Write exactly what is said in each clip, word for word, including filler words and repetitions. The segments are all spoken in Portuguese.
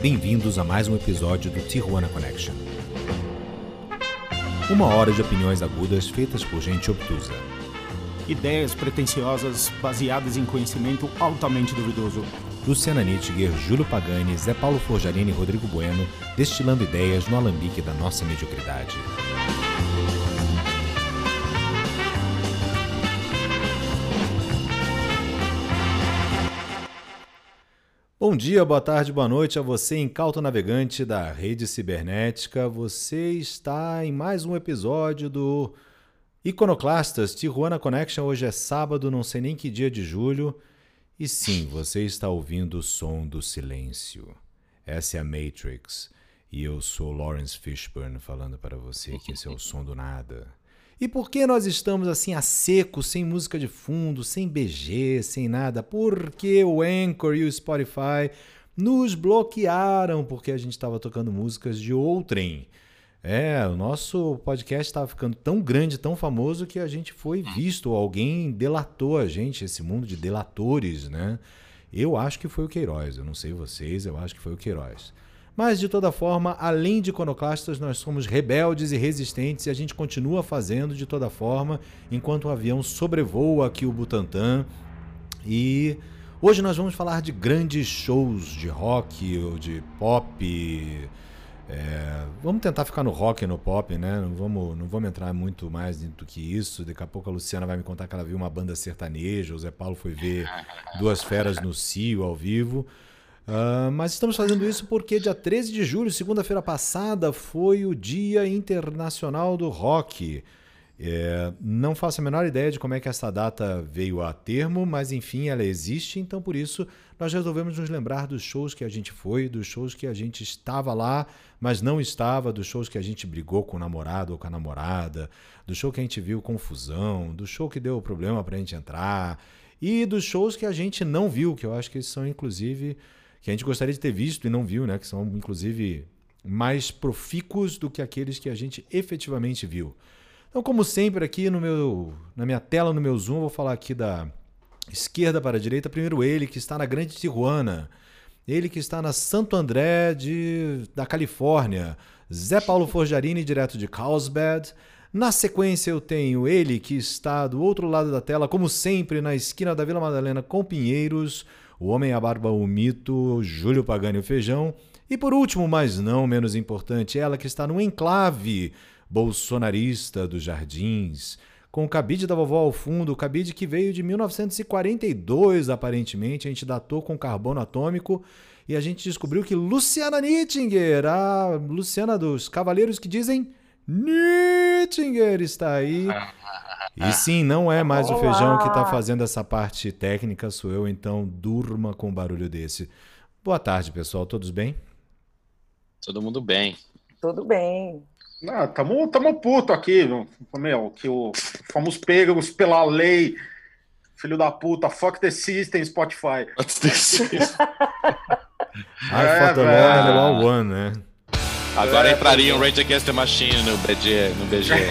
Bem-vindos a mais um episódio do Tijuana Connection. Uma hora de opiniões agudas feitas por gente obtusa. Ideias pretensiosas baseadas em conhecimento altamente duvidoso. Luciana Nittinger, Júlio Pagani, Zé Paulo Forjarini e Rodrigo Bueno, destilando ideias no alambique da nossa mediocridade. Bom dia, boa tarde, boa noite a você, incauto navegante da rede cibernética. Você está em mais um episódio do Iconoclastas Tijuana Connection. Hoje é sábado, não sei nem que dia de julho. E sim, você está ouvindo o som do silêncio. Essa é a Matrix. E eu sou Lawrence Fishburne falando para você que esse é o som do nada. E por que nós estamos assim a seco, sem música de fundo, sem B G, sem nada? Porque o Anchor e o Spotify nos bloquearam porque a gente estava tocando músicas de outrem. É, o nosso podcast estava ficando tão grande, tão famoso que a gente foi visto, alguém delatou a gente, esse mundo de delatores, né? Eu acho que foi o Queiroz, eu não sei vocês, eu acho que foi o Queiroz. Mas, de toda forma, além de iconoclastas, nós somos rebeldes e resistentes e a gente continua fazendo de toda forma, enquanto o avião sobrevoa aqui o Butantã. E hoje nós vamos falar de grandes shows de rock ou de pop. É, vamos tentar ficar no rock e no pop, né? Não vamos, não vamos entrar muito mais do que isso. Daqui a pouco a Luciana vai me contar que ela viu uma banda sertaneja, o Zé Paulo foi ver Duas Feras no Cio ao vivo. Uh, mas estamos fazendo isso porque dia treze de julho, segunda-feira passada, foi o Dia Internacional do Rock. É, não faço a menor ideia de como é que essa data veio a termo, mas enfim, ela existe, então por isso nós resolvemos nos lembrar dos shows que a gente foi, dos shows que a gente estava lá, mas não estava, dos shows que a gente brigou com o namorado ou com a namorada, do show que a gente viu confusão, do show que deu problema pra gente entrar, e dos shows que a gente não viu, que eu acho que esses são inclusive... que a gente gostaria de ter visto e não viu, né? Que são, inclusive, mais profícuos do que aqueles que a gente efetivamente viu. Então, como sempre, aqui no meu, na minha tela, no meu Zoom, eu vou falar aqui da esquerda para a direita. Primeiro ele, que está na Grande Tijuana. Ele que está na Santo André de, da Califórnia. Zé Paulo Forjarini, direto de Carlsbad. Na sequência, eu tenho ele, que está do outro lado da tela, como sempre, na esquina da Vila Madalena, com Pinheiros. O Homem, a Barba, o Mito, Júlio Pagani, o Feijão. E por último, mas não menos importante, ela que está no enclave bolsonarista dos Jardins, com o cabide da vovó ao fundo, o cabide que veio de mil novecentos e quarenta e dois, aparentemente. A gente datou com carbono atômico e a gente descobriu que Luciana Nittinger, a Luciana dos Cavaleiros que dizem Nittinger, está aí. E sim, não é mais Olá. O Feijão que está fazendo essa parte técnica, sou eu, então durma com um barulho desse. Boa tarde, pessoal, todos bem? Todo mundo bem. Tudo bem. Ah, tamo, tamo puto aqui, meu, que o, fomos pegos pela lei, filho da puta, fuck the system, Spotify. Fuck the system. I fought the law, the law won, né? Agora é, entraria um Rage Against the Machine no B G. No B G.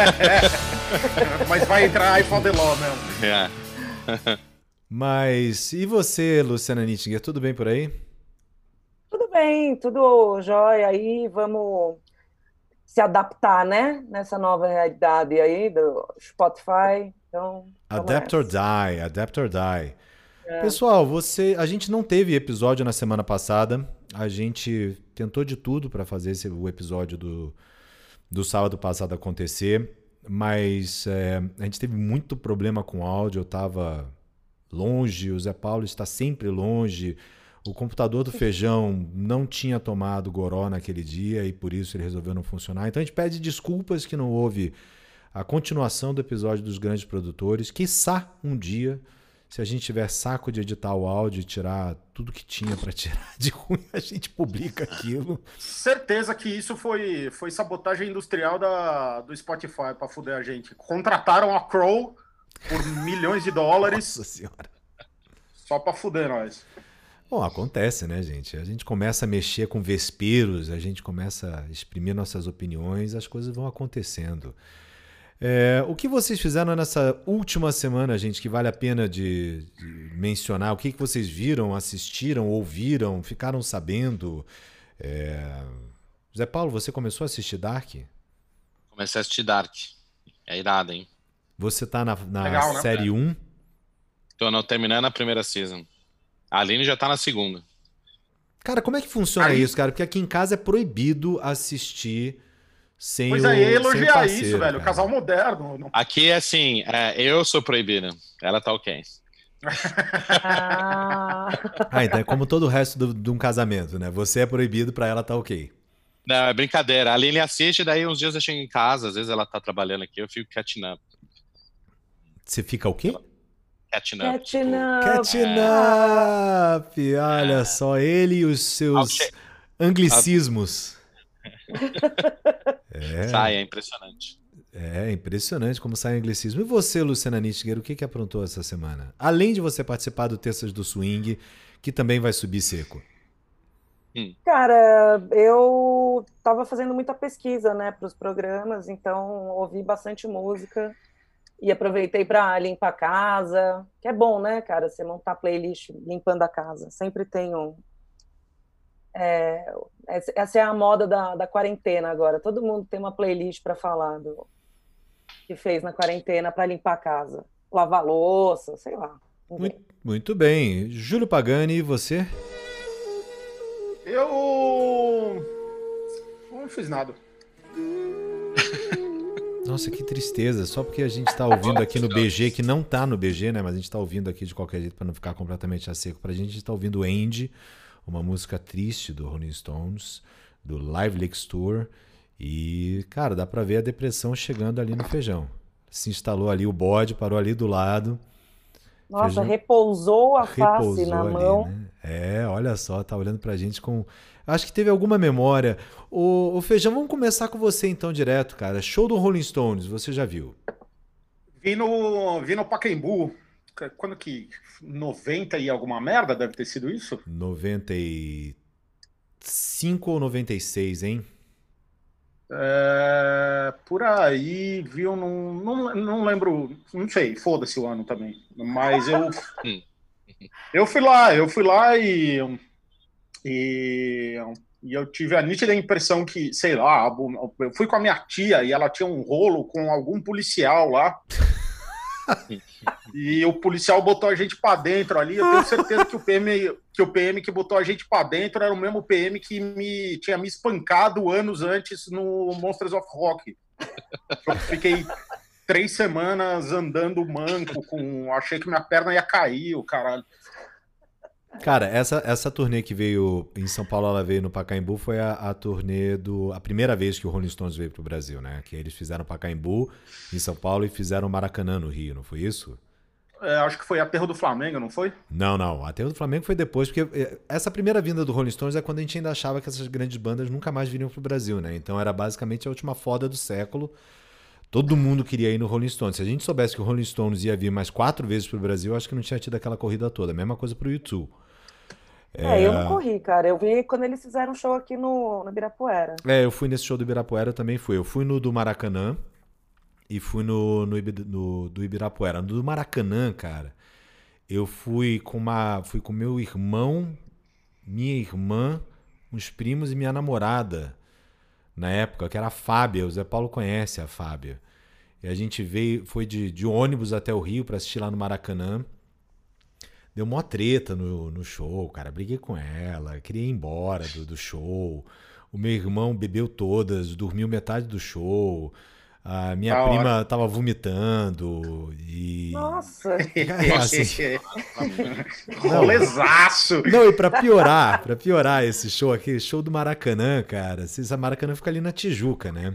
Mas vai entrar I Fought the Law mesmo. É. Mas e você, Luciana Nittinger, tudo bem por aí? Tudo bem, tudo jóia aí, vamos se adaptar, né? Nessa nova realidade aí do Spotify. Então, Adapt or die, adapt or die. É. Pessoal, você, a gente não teve episódio na semana passada. A gente tentou de tudo para fazer esse, o episódio do, do sábado passado acontecer, mas é, a gente teve muito problema com o áudio. Eu estava longe, o Zé Paulo está sempre longe, o computador do Feijão não tinha tomado goró naquele dia e por isso ele resolveu não funcionar. Então a gente pede desculpas que não houve a continuação do episódio dos grandes produtores. Quiçá um dia, se a gente tiver saco de editar o áudio e tirar tudo que tinha para tirar de ruim, a gente publica aquilo. Certeza que isso foi, foi sabotagem industrial da, do Spotify para fuder a gente. Contrataram a Crow por milhões de dólares. Nossa senhora. Só para fuder nós. Bom, acontece, né, gente? A gente começa a mexer com vesperos, a gente começa a exprimir nossas opiniões, as coisas vão acontecendo. É, o que vocês fizeram nessa última semana, gente, que vale a pena de, de mencionar? O que, que vocês viram, assistiram, ouviram, ficaram sabendo? É... Zé Paulo, você começou a assistir Dark? Comecei a assistir Dark. É irado, hein? Você tá na, na Legal, né? série um? Tô não, terminando a primeira season. A Aline já tá na segunda. Cara, como é que funciona Aí- isso, cara? Porque aqui em casa é proibido assistir sem Pois o aí, eu ia sem o elogiar parceiro, isso, velho. cara. Casal moderno. Não- Aqui é assim, é, eu sou proibido. Ela tá ok. Ah, Ah, então é como todo o resto do- de um casamento, né? Você é proibido, pra ela tá ok. Não, é brincadeira. A Aline assiste, daí uns dias eu chego em casa, às vezes ela tá trabalhando aqui, eu fico catching up. Você fica o quê? Catching up. catching tipo, up. Catching up! Olha só, ele e os seus che- anglicismos. É, Sai, é impressionante. é impressionante como sai o anglicismo. E você, Luciana Nittinger, o que que aprontou essa semana? Além de você participar do Terças do Swing, que também vai subir seco. Cara, eu tava fazendo muita pesquisa, né, para os programas, então ouvi bastante música e aproveitei para limpar a casa, que é bom, né, cara, você montar playlist limpando a casa. Sempre tem um. é, essa essa é a moda da, da quarentena agora. Todo mundo tem uma playlist para falar do que fez na quarentena para limpar a casa, lavar louça, sei lá. Muito, muito bem. Júlio Pagani, e você? Eu. Não fiz nada. Nossa, que tristeza. Só porque a gente tá ouvindo aqui no B G, que não tá no B G, né? Mas a gente tá ouvindo aqui de qualquer jeito pra não ficar completamente a seco pra gente. A gente tá ouvindo Andy, uma música triste do Rolling Stones, do Live Leaks Tour. E, cara, dá pra ver a depressão chegando ali no Feijão. Se instalou ali o bode, parou ali do lado. Nossa, Feijão repousou a face repousou na ali, mão. né? É, olha só, tá olhando pra gente com... Acho que teve alguma memória. Ô, ô, Feijão, vamos começar com você então direto, cara. Show do Rolling Stones, você já viu? Vi no, vi no Pacaembu. Quando que? noventa e alguma merda deve ter sido isso? noventa e cinco ou noventa e seis, hein? É, por aí, viu? Não, não, não lembro, não sei, foda-se o ano também. Mas eu, eu fui lá, eu fui lá e, e, e eu tive a nítida impressão que, sei lá, eu fui com a minha tia e ela tinha um rolo com algum policial lá. E o policial botou a gente pra dentro ali. Eu tenho certeza que o P M que, o P M que botou a gente pra dentro era o mesmo P M que me, tinha me espancado anos antes no Monsters of Rock. Eu fiquei três semanas andando manco, com, achei que minha perna ia cair, o caralho. Cara, essa, essa turnê que veio em São Paulo, ela veio no Pacaembu, foi a, a turnê do... A primeira vez que o Rolling Stones veio pro Brasil, né? Que eles fizeram Pacaembu em São Paulo e fizeram Maracanã no Rio, não foi isso? É, acho que foi Aterro do Flamengo, não foi? Não, não. Até o do Flamengo foi depois, porque eh, essa primeira vinda do Rolling Stones é quando a gente ainda achava que essas grandes bandas nunca mais viriam pro Brasil, né? Então era basicamente a última foda do século. Todo mundo queria ir no Rolling Stones. Se a gente soubesse que o Rolling Stones ia vir mais quatro vezes pro Brasil, acho que não tinha tido aquela corrida toda. Mesma coisa pro U dois. É, eu não corri, cara. Eu vi quando eles fizeram show aqui no, no Ibirapuera. É, eu fui nesse show do Ibirapuera, eu também fui. Eu fui no do Maracanã e fui no, no, Ibi- no do Ibirapuera. No do Maracanã, cara, eu fui com uma, fui com meu irmão, minha irmã, uns primos e minha namorada na época, que era a Fábia. O Zé Paulo conhece a Fábia. E a gente veio, foi de, de ônibus até o Rio pra assistir lá no Maracanã. Deu mó treta no, no show, cara. Briguei com ela, queria ir embora do, do show. O meu irmão bebeu todas, dormiu metade do show. A minha Da prima hora. tava vomitando e... Nossa, É, assim, Rolezaço! não, e pra piorar, pra piorar esse show aqui, show do Maracanã, cara. Esse Maracanã fica ali na Tijuca, né?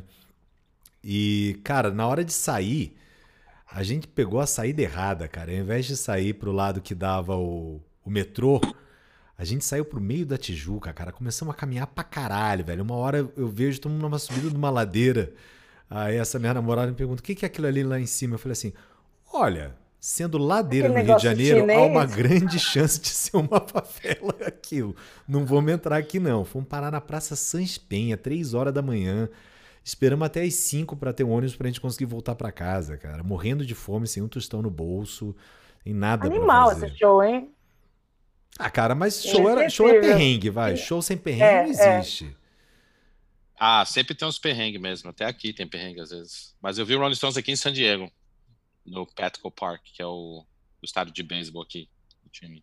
E, cara, na hora de sair, a gente pegou a saída errada, cara. Ao invés de sair pro lado que dava o, o metrô, a gente saiu pro meio da Tijuca, cara. Começamos a caminhar pra caralho, velho. Uma hora eu vejo, estamos numa subida de uma ladeira. Aí essa minha namorada me pergunta, o que que é aquilo ali lá em cima? Eu falei assim, olha, sendo ladeira Aquele no Rio de negócio Janeiro, há chinês. uma grande chance de ser uma favela aquilo. Não vamos entrar aqui, não. Fomos parar na Praça Sans Penha, três horas da manhã. Esperamos até as cinco para ter um ônibus pra gente conseguir voltar pra casa, cara. Morrendo de fome, sem um tostão no bolso, sem nada pra Animal fazer. esse show, hein? Ah, cara, mas show, era, show é perrengue, vai. Show sem perrengue É, não existe. Ah, sempre tem uns perrengues mesmo. Até aqui tem perrengue às vezes. Mas eu vi o Rolling Stones aqui em San Diego, no Petco Park, que é o, o estádio de beisebol aqui do time.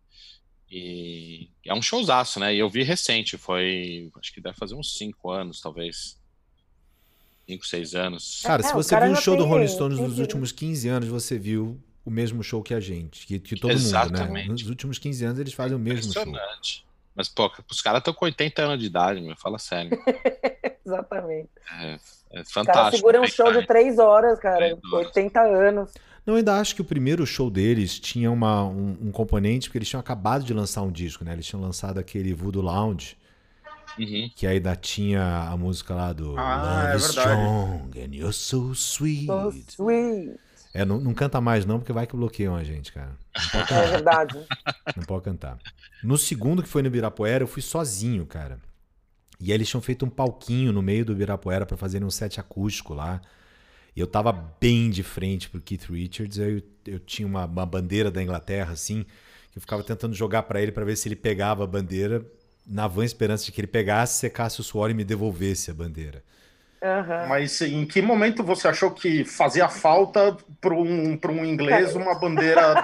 E é um showzaço, né? E eu vi recente, foi, acho que deve fazer uns cinco anos, talvez. cinco, seis anos. Cara, É, se o você cara viu o já show do tem- Rolling Stones tem nos que- últimos quinze anos, você viu o mesmo show que a gente, que, que todo mundo, Exatamente. né? Nos últimos quinze anos eles fazem o mesmo show. Impressionante. Mas, pô, os caras estão com oitenta anos de idade, meu, fala sério. Exatamente. É, é Os caras fantástico. seguram um show de pensar três horas, cara. Três horas. oitenta anos. Não, eu ainda acho que o primeiro show deles tinha uma, um, um componente, porque eles tinham acabado de lançar um disco, né? Eles tinham lançado aquele Voodoo Lounge, Uhum. que ainda tinha a música lá do Ah, Love é is verdade. Strong and You're So Sweet. So sweet. É, não, não canta mais não, porque vai que bloqueiam a gente, cara. Não pode É cantar. verdade. Não pode cantar. No segundo, que foi no Ibirapuera, eu fui sozinho, cara. E aí eles tinham feito um palquinho no meio do Ibirapuera pra fazerem um set acústico lá. E eu tava bem de frente pro Keith Richards. Eu, eu tinha uma, uma bandeira da Inglaterra, assim, que eu ficava tentando jogar pra ele pra ver se ele pegava a bandeira, na vã esperança de que ele pegasse, secasse o suor e me devolvesse a bandeira. Aham. Mas em que momento você achou que fazia falta para um, para um inglês uma bandeira?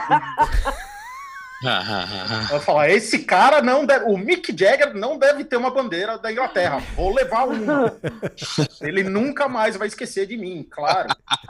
Eu falar, esse cara não deve, o Mick Jagger não deve ter uma bandeira da Inglaterra. Vou levar uma. Ele nunca mais vai esquecer de mim, claro.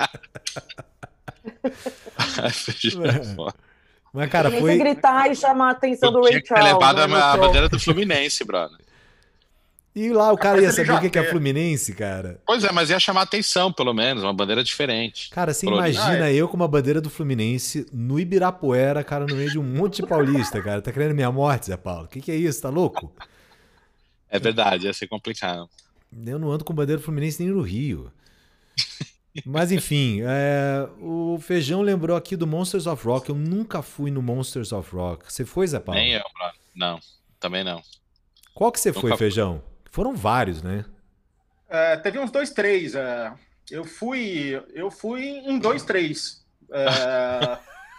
Mas, cara, Tem foi... que gritar e chamar a atenção do Eu Ray tinha que ter Charles. levado né, a, no a show. bandeira do Fluminense, brother. E lá o cara Mas ia ele saber já o que que é tem. Fluminense, cara. Pois é, mas ia chamar atenção, pelo menos, uma bandeira diferente. Cara, você Colorido. imagina Ah, é. eu com uma bandeira do Fluminense no Ibirapuera, cara, no meio de um monte de paulista, cara. Tá querendo minha morte, Zé Paulo? O que, que é isso? Tá louco? É verdade, ia ser complicado. Eu não ando com bandeira do Fluminense nem no Rio. Mas enfim, é, o Feijão lembrou aqui do Monsters of Rock. Eu nunca fui no Monsters of Rock. Você foi, Zé Paulo? Nem eu, brother. Não, também não. Qual que você foi, Nunca fui. Feijão? Foram vários, né? É, teve uns dois, três. É, eu fui, eu fui em dois, três. É,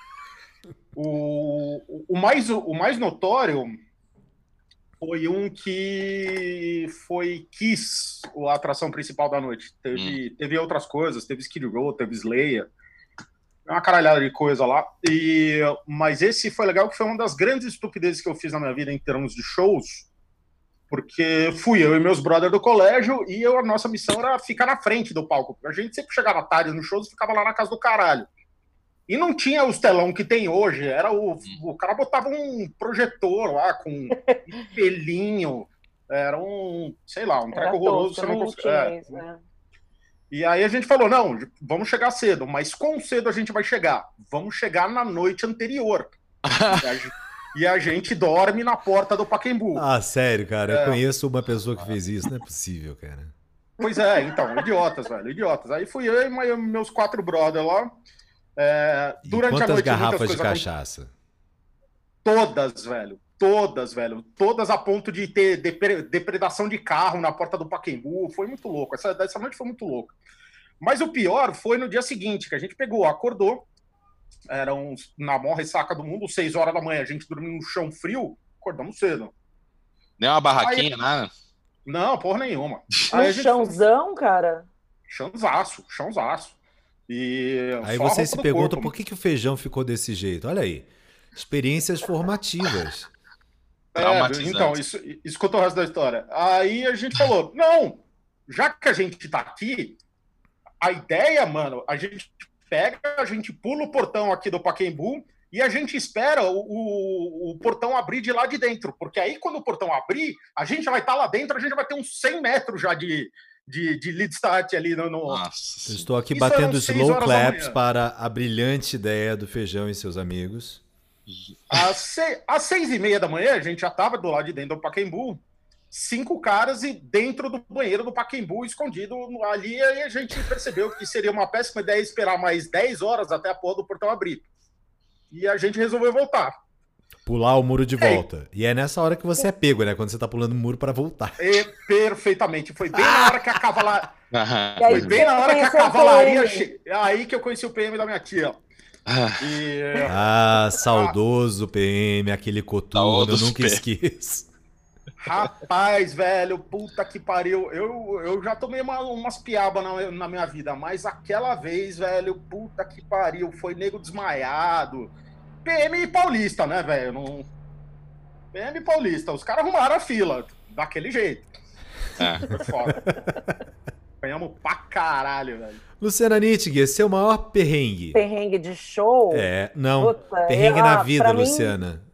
o, o, mais, o mais notório foi um que foi Kiss, a atração principal da noite. Teve, Hum. teve outras coisas, teve Skid Row, teve Slayer, uma caralhada de coisa lá. E, mas esse foi legal, que foi uma das grandes estupidezes que eu fiz na minha vida em termos de shows, porque fui eu e meus brothers do colégio e eu, a nossa missão era ficar na frente do palco. A gente sempre chegava tarde nos shows e ficava lá na casa do caralho. E não tinha os telão que tem hoje, era o, o cara botava um projetor lá com espelhinho, era um, sei lá, um Era treco horroroso. tosco, Você não não cons- tinha é. isso, né? E aí a gente falou, não, vamos chegar cedo, mas quão cedo a gente vai chegar? Vamos chegar na noite anterior. E a gente- E a gente dorme na porta do Pacaembu. Ah, sério, cara. Eu É. conheço uma pessoa que fez isso. Não é possível, cara. Pois é, então, idiotas, velho, idiotas. Aí fui eu e mai- meus quatro brothers lá. É, E durante a quantas noite, garrafas muitas de coisas cachaça? Todas, velho. Todas, velho. Todas a ponto de ter depre- depredação de carro na porta do Pacaembu. Foi muito louco. Essa, essa noite foi muito louca. Mas o pior foi no dia seguinte, que a gente pegou, acordou. Era uns, na maior ressaca do mundo, seis horas da manhã. A gente dormiu no chão frio, acordamos cedo. Nem uma barraquinha, nada. Não, porra nenhuma. No Aí a gente- chãozão, cara. Chãozaço, chãozaço. E Aí só a você roupa se do pergunta corpo. por que, que o Feijão ficou desse jeito. Olha aí. Experiências formativas. É, Traumatizante. então, isso, escuta o resto da história. Aí a gente falou, não, já que a gente tá aqui, a ideia, mano, a gente pega, a gente pula o portão aqui do Pacaembu e a gente espera o, o, o portão abrir de lá de dentro, porque aí quando o portão abrir, a gente vai estar lá dentro, a gente vai ter uns cem metros já de, de, de lead start ali no... no... Eu Nossa. estou aqui Isso batendo eram seis slow horas da claps manhã. para a brilhante ideia do Feijão e seus amigos. Às, se... Às seis e meia da manhã, a gente já tava do lado de dentro do Pacaembu, cinco caras e dentro do banheiro do Pacaembu, escondido ali, aí a gente percebeu que seria uma péssima ideia esperar mais dez horas até a porra do portão abrir. E a gente resolveu voltar. Pular o muro de volta. E é nessa hora que você é pego, né? Quando você tá pulando o muro para voltar. E, perfeitamente. Foi bem na hora que a cavalaria... E aí, Foi bem na hora que a conheceu o cavalaria... P M. Che... Aí que eu conheci o P M da minha tia. E... Ah, saudoso P M, aquele coturno, eu Saudoso nunca P M. esqueço. Rapaz, velho, puta que pariu. Eu, eu já tomei uma, umas piabas na, na minha vida, mas aquela vez, velho, puta que pariu. Foi nego desmaiado. P M paulista, né, velho? Não... P M paulista. Os caras arrumaram a fila daquele jeito. É. Foi foda. Apanhamos pra caralho, velho. Luciana Nittinger, seu maior perrengue. Perrengue de show? É, não. Puta, perrengue eu- na ah, vida, pra mim- Luciana.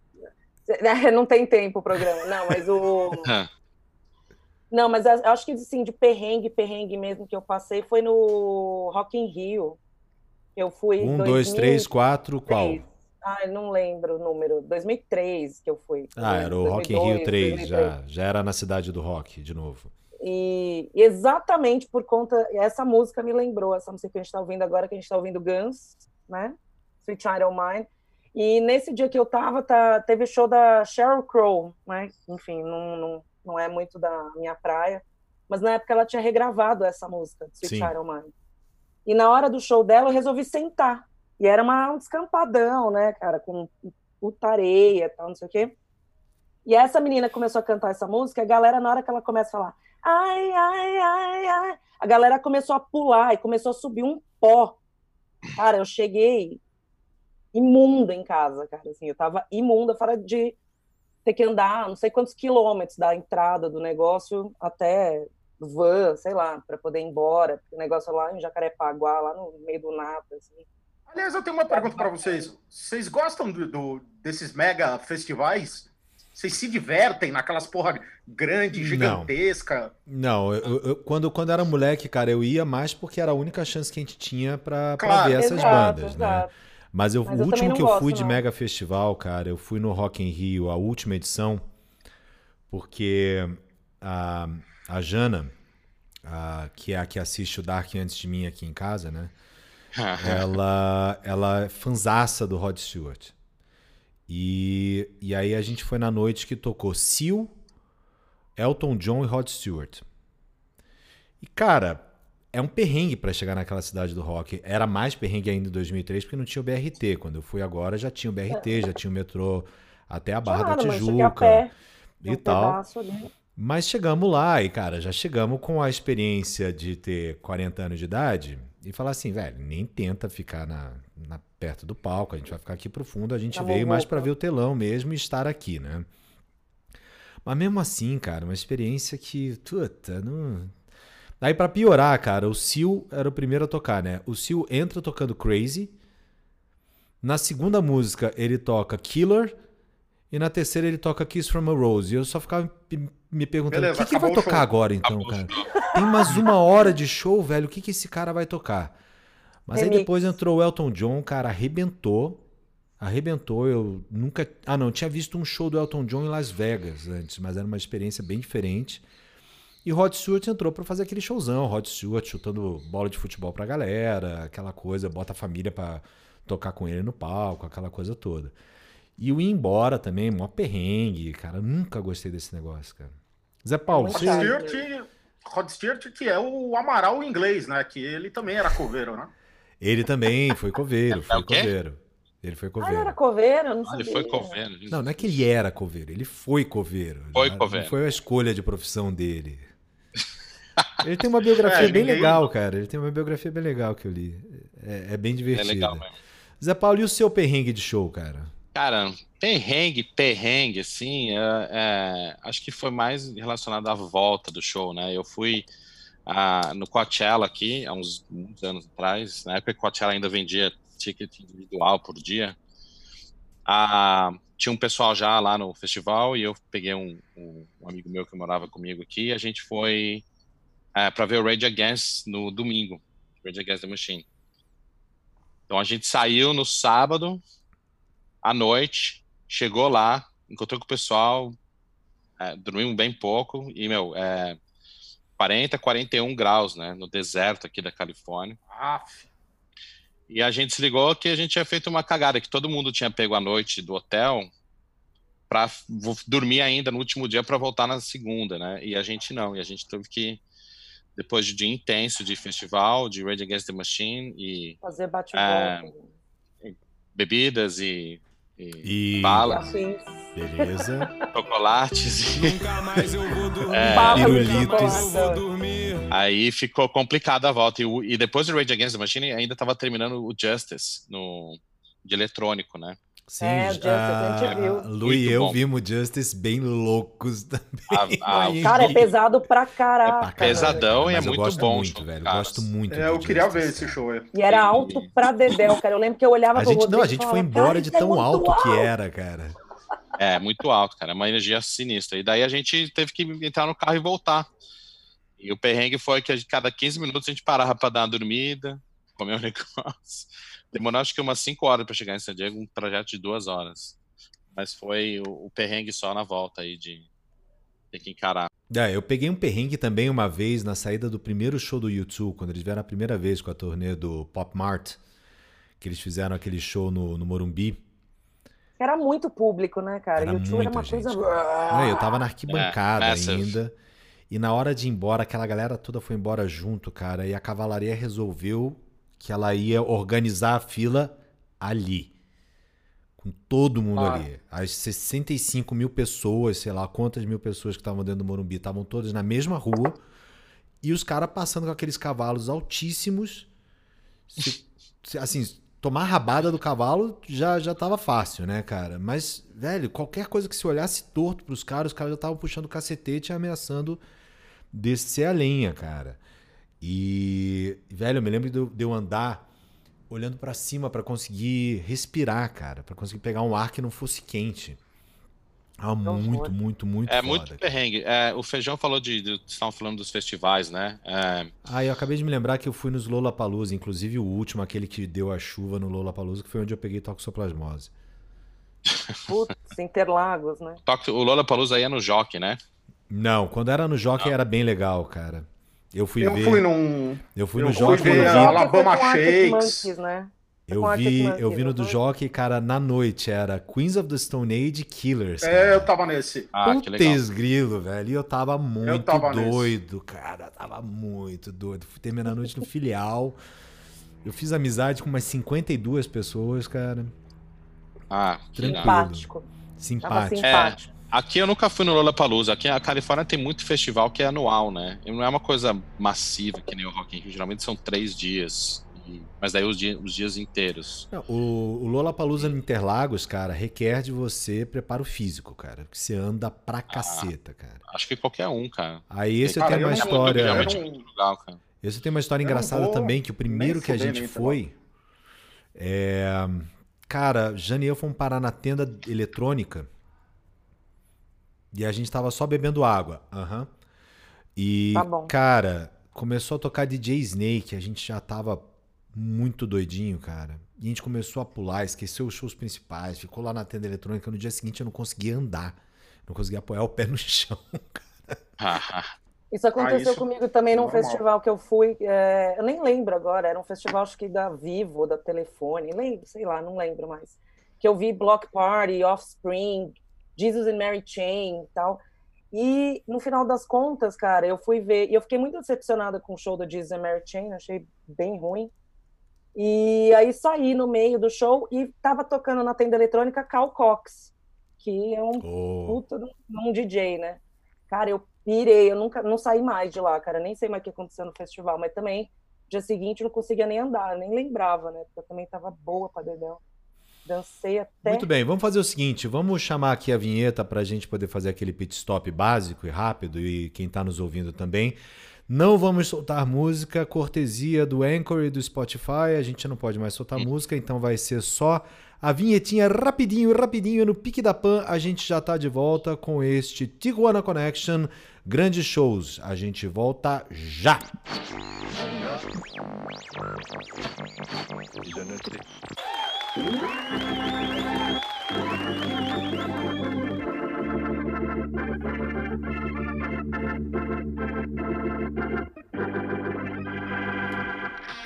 Não tem tempo o programa. Não, mas o. Ah, Não, mas eu acho que assim, de perrengue, perrengue mesmo que eu passei foi no Rock in Rio. Eu fui em Um, dois dois, mil e três, quatro, qual? três. Ai, não lembro o número. dois mil e três que eu fui. Ah, era o Rock in Rio três, já, já era na cidade do rock, de novo. E e exatamente por conta. Essa música me lembrou, essa música que a gente está ouvindo agora, que a gente está ouvindo Guns, né? Sweet Child O' Mine. E nesse dia que eu tava, tá, teve show da Sheryl Crow, né? Enfim, não, não, não é muito da minha praia. Mas na época ela tinha regravado essa música, Sweet Sim. Child O' Mine. E na hora do show dela eu resolvi sentar. E era uma, um descampadão, né, cara? Com puta areia e tal, não sei o quê. E essa menina começou a cantar essa música, a galera, na hora que ela começa a falar ai, ai, ai, ai, a galera começou a pular e começou a subir um pó. Cara, eu cheguei imunda em casa, cara, assim, eu tava imunda, fora de ter que andar não sei quantos quilômetros da entrada do negócio até van, sei lá, para poder ir embora, porque o negócio lá em Jacarepaguá, lá no meio do nada, assim. Aliás, eu tenho uma pergunta pra vocês. Vocês gostam do, do- desses mega festivais? Vocês se divertem naquelas porra grande, Não. gigantesca? Não, eu, eu- quando, quando era moleque, cara, eu ia mais porque era a única chance que a gente tinha pra, pra Claro. ver essas Exato, bandas, né? exato. Mas, eu, Mas o eu também último não que eu gosto, fui de não. mega festival, cara, eu fui no Rock in Rio, a última edição, porque a, a Jana, a- que é a que assiste o Dark antes de mim aqui em casa, né? Ela, ela é fanzaça do Rod Stewart. E, e aí a gente foi na noite que tocou Seal, Elton John e Rod Stewart. E, cara, é um perrengue pra chegar naquela cidade do rock. Era mais perrengue ainda em dois mil e três, porque não tinha o B R T. Quando eu fui agora, já tinha o B R T, já tinha o metrô até a Barra Claro, da mas cheguei a Tijuca pé, e um tal. pedaço ali. Mas chegamos lá e, cara, já chegamos com a experiência de ter quarenta anos de idade e falar assim, velho, nem tenta ficar na, na- perto do palco, a gente vai ficar aqui pro fundo, a gente Na veio mais pra muvuca. ver o telão mesmo e estar aqui, né? Mas mesmo assim, cara, uma experiência que, puta, não... Aí pra piorar, cara, o Seal era o primeiro a tocar, né? O Seal entra tocando Crazy, na segunda música ele toca Killer e na terceira ele toca Kiss from a Rose. E eu só ficava me- me perguntando, Beleza, o que, que vai acabou o tocar show. agora então, Acabou o cara? show. Tem mais uma hora de show, velho, o que, que esse cara vai tocar? Mas aí Remix. depois entrou o Elton John, cara, arrebentou. Arrebentou, eu nunca... Ah, não, tinha visto um show do Elton John em Las Vegas antes, mas era uma experiência bem diferente. E Rod Stewart entrou pra fazer aquele showzão, Rod Stewart chutando bola de futebol pra galera, aquela coisa, bota a família pra tocar com ele no palco, aquela coisa toda. E o ir embora também, mó perrengue, cara, nunca gostei desse negócio, cara. Zé Paulo, Muito você... Rod chato. Stewart, Rod Stewart, que é o Amaral inglês, né? Que ele também era coveiro, né? Ele também foi coveiro, foi É o quê? coveiro. Ele foi Ah, ele coveiro. era coveiro? Eu não Ah, sabia. ele foi coveiro. Não, não é que ele era coveiro, ele foi coveiro. Foi Não- coveiro. Não foi a escolha de profissão dele. Ele tem uma biografia É, bem ninguém- legal, cara. Ele tem uma biografia bem legal que eu li. É, é bem É divertida. legal mesmo. Zé Paulo, e o seu perrengue de show, cara? Cara, perrengue, perrengue, assim, é, é, acho que foi mais relacionado à volta do show, né? Eu fui ah, no Coachella aqui, há uns, uns anos atrás, na época que o Coachella ainda vendia ticket individual por dia. Ah, tinha um pessoal já lá no festival e eu peguei um, um, um amigo meu que morava comigo aqui e a gente foi é, para ver o Rage Against no domingo, Rage Against the Machine. Então a gente saiu no sábado à noite, chegou lá, encontrou com o pessoal, é, dormimos bem pouco e, meu, é, quarenta, quarenta e um graus, né, no deserto aqui da Califórnia. Aff. E a gente se ligou que a gente tinha feito uma cagada, que todo mundo tinha pego a noite do hotel para dormir ainda no último dia para voltar na segunda, né? E a gente não, e a gente teve que, depois de um dia intenso de festival, de Rage Against the Machine e fazer bate-volta, é, bebidas e, e, E- balas, Beleza. chocolates. E, Nunca mais eu vou dormir. É, Bala de pirulitos. chocolate. Eu vou dormir. aí ficou complicada a volta. E, o- e depois do Rage Against the Machine ainda estava terminando o Justice no, de eletrônico, né? Sim, É, Justice, a gente viu. Lu e Muito eu bom. vimos Justice bem loucos também. A- a- Aí- Cara, é pesado pra caraca. É pra caralho, pesadão e é mas eu muito gosto bom o muito, show, velho. Eu cara. gosto muito. É, eu de queria Justice, ver esse cara. show aí. E era alto pra dedéu, cara. Eu lembro que eu olhava A pro gente, não, Rodrigo a e gente falava, foi embora "Cara, de isso é tão muito alto que era, cara. É, muito alto, cara. É uma energia sinistra. E daí a gente teve que entrar no carro e voltar. E o perrengue foi que a gente, cada quinze minutos a gente parava pra dar uma dormida, comer um negócio. Demorou acho que umas cinco horas pra chegar em San Diego, um trajeto de duas horas. Mas foi o, o perrengue só na volta aí de ter que encarar. É, eu peguei um perrengue também uma vez na saída do primeiro show do U dois, quando eles vieram a primeira vez com a turnê do Pop Mart, que eles fizeram aquele show no, no Morumbi. Era muito público, né, cara? Era E o tio era muita uma gente, coisa. Não, eu tava na arquibancada É, massive. ainda. E na hora de ir embora, aquela galera toda foi embora junto, cara. E a cavalaria resolveu que ela ia organizar a fila ali. Com todo mundo Ah. ali. As sessenta e cinco mil pessoas, sei lá quantas mil pessoas que estavam dentro do Morumbi, estavam todas na mesma rua. E os caras passando com aqueles cavalos altíssimos. Se- se- assim, tomar rabada do cavalo já, já tava fácil, né, cara? Mas, velho, qualquer coisa que se olhasse torto pros caras, os caras já estavam puxando o cacetete e ameaçando descer a lenha, cara. E, velho, eu me lembro de eu, de eu andar olhando pra cima pra conseguir respirar, cara. Pra conseguir pegar um ar que não fosse quente. Ah, muito, muito, muito É foda, muito cara. perrengue. É, o Feijão falou de, de. Vocês estavam falando dos festivais, né? É, Ah, eu acabei de me lembrar que eu fui nos Lollapalooza, inclusive o último, aquele que deu a chuva no Lollapalooza, que foi onde eu peguei toxoplasmose. Putz, Interlagos, né? toque- o Lollapalooza aí é no Jockey, né? Não, quando era no Jockey era bem legal, cara. Eu fui Eu ver. fui num. Eu fui eu no fui Jockey. ver eu a vi- Alabama Foi com Arctic Shakes. Monkeys, né? Eu com Arctic vi, Monkeys, eu vi no do não foi? Jockey, cara, na noite. Era Queens of the Stone Age e Killers. É, cara. eu tava nesse. Ah, que legal. Putz grilo, velho. E eu tava muito tava nesse. doido, cara. Tava muito doido. Fui terminar a noite no filial. Eu fiz amizade com umas cinquenta e duas pessoas, cara. Ah, que Tranquilo. legal. Simpático. Tava Simpático. simpático. Aqui eu nunca fui no Lollapalooza. Aqui a Califórnia tem muito festival que é anual, né? E não é uma coisa massiva que nem o Rock in Rio. Geralmente são três dias. E- Mas daí os dias, os dias inteiros. Não, o, o Lollapalooza no Interlagos, cara, requer de você preparo físico, cara. Porque você anda pra caceta, cara. Acho que qualquer um, cara. Aí esse eu Cara, tenho eu uma não- história. eu Realmente não- é muito legal, cara. Esse tem uma história Eu não engraçada vou também, que o primeiro nem que a fuder gente nem foi. É, cara, Jane e eu fomos parar na tenda eletrônica. E a gente tava só bebendo água. Aham. E, Tá bom. cara, começou a tocar D J Snake. A gente já tava muito doidinho, cara. E a gente começou a pular, esqueceu os shows principais. Ficou lá na tenda eletrônica. No dia seguinte eu não conseguia andar. Não conseguia apoiar o pé no chão. Isso aconteceu Ah, isso comigo também num normal. festival que eu fui. é, eu nem lembro agora, era um festival acho que da Vivo, da Telefone, lembro, sei lá, não lembro mais. Que eu vi Block Party, Offspring, Jesus and Mary Chain e tal. E no final das contas, cara, eu fui ver. E eu fiquei muito decepcionada com o show da Jesus and Mary Chain, achei bem ruim. E aí saí no meio do show e tava tocando na tenda eletrônica Cal Cox, que é um Oh. puta de um D J, né? Cara, eu pirei, eu nunca não saí mais de lá, cara. Nem sei mais o que aconteceu no festival, mas também, dia seguinte, eu não conseguia nem andar, nem lembrava, né? Porque eu também tava boa pra dedéu. Dancei até. Muito bem, vamos fazer o seguinte, vamos chamar aqui a vinheta para a gente poder fazer aquele pit stop básico e rápido, e quem está nos ouvindo também. Não vamos soltar música, cortesia do Anchor e do Spotify, a gente não pode mais soltar música, então vai ser só a vinhetinha rapidinho, rapidinho, no pique da pan, a gente já está de volta com este Tijuana Connection, grandes shows, a gente volta já!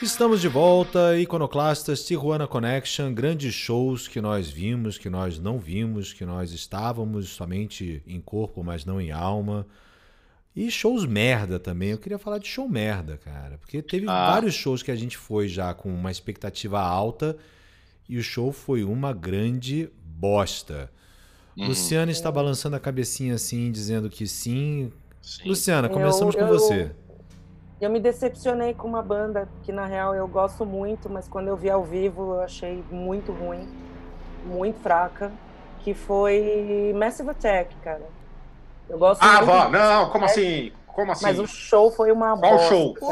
Estamos de volta, Iconoclastas, Tijuana Connection, grandes shows que nós vimos, que nós não vimos, que nós estávamos somente em corpo, mas não em alma. E shows merda também. Eu queria falar de show merda, cara. Porque teve Ah. vários shows que a gente foi já com uma expectativa alta e o show foi uma grande bosta. Uhum. Luciana está balançando a cabecinha assim, dizendo que sim. Sim. Luciana, começamos Eu- com eu- você. Eu me decepcionei com uma banda que, na real, eu gosto muito, mas quando eu vi ao vivo eu achei muito ruim, muito fraca, que foi Massive Attack, cara. Eu gosto Ah, muito vá, de não, como Massive assim? Como assim? Mas o show foi uma Qual bosta. show? cara.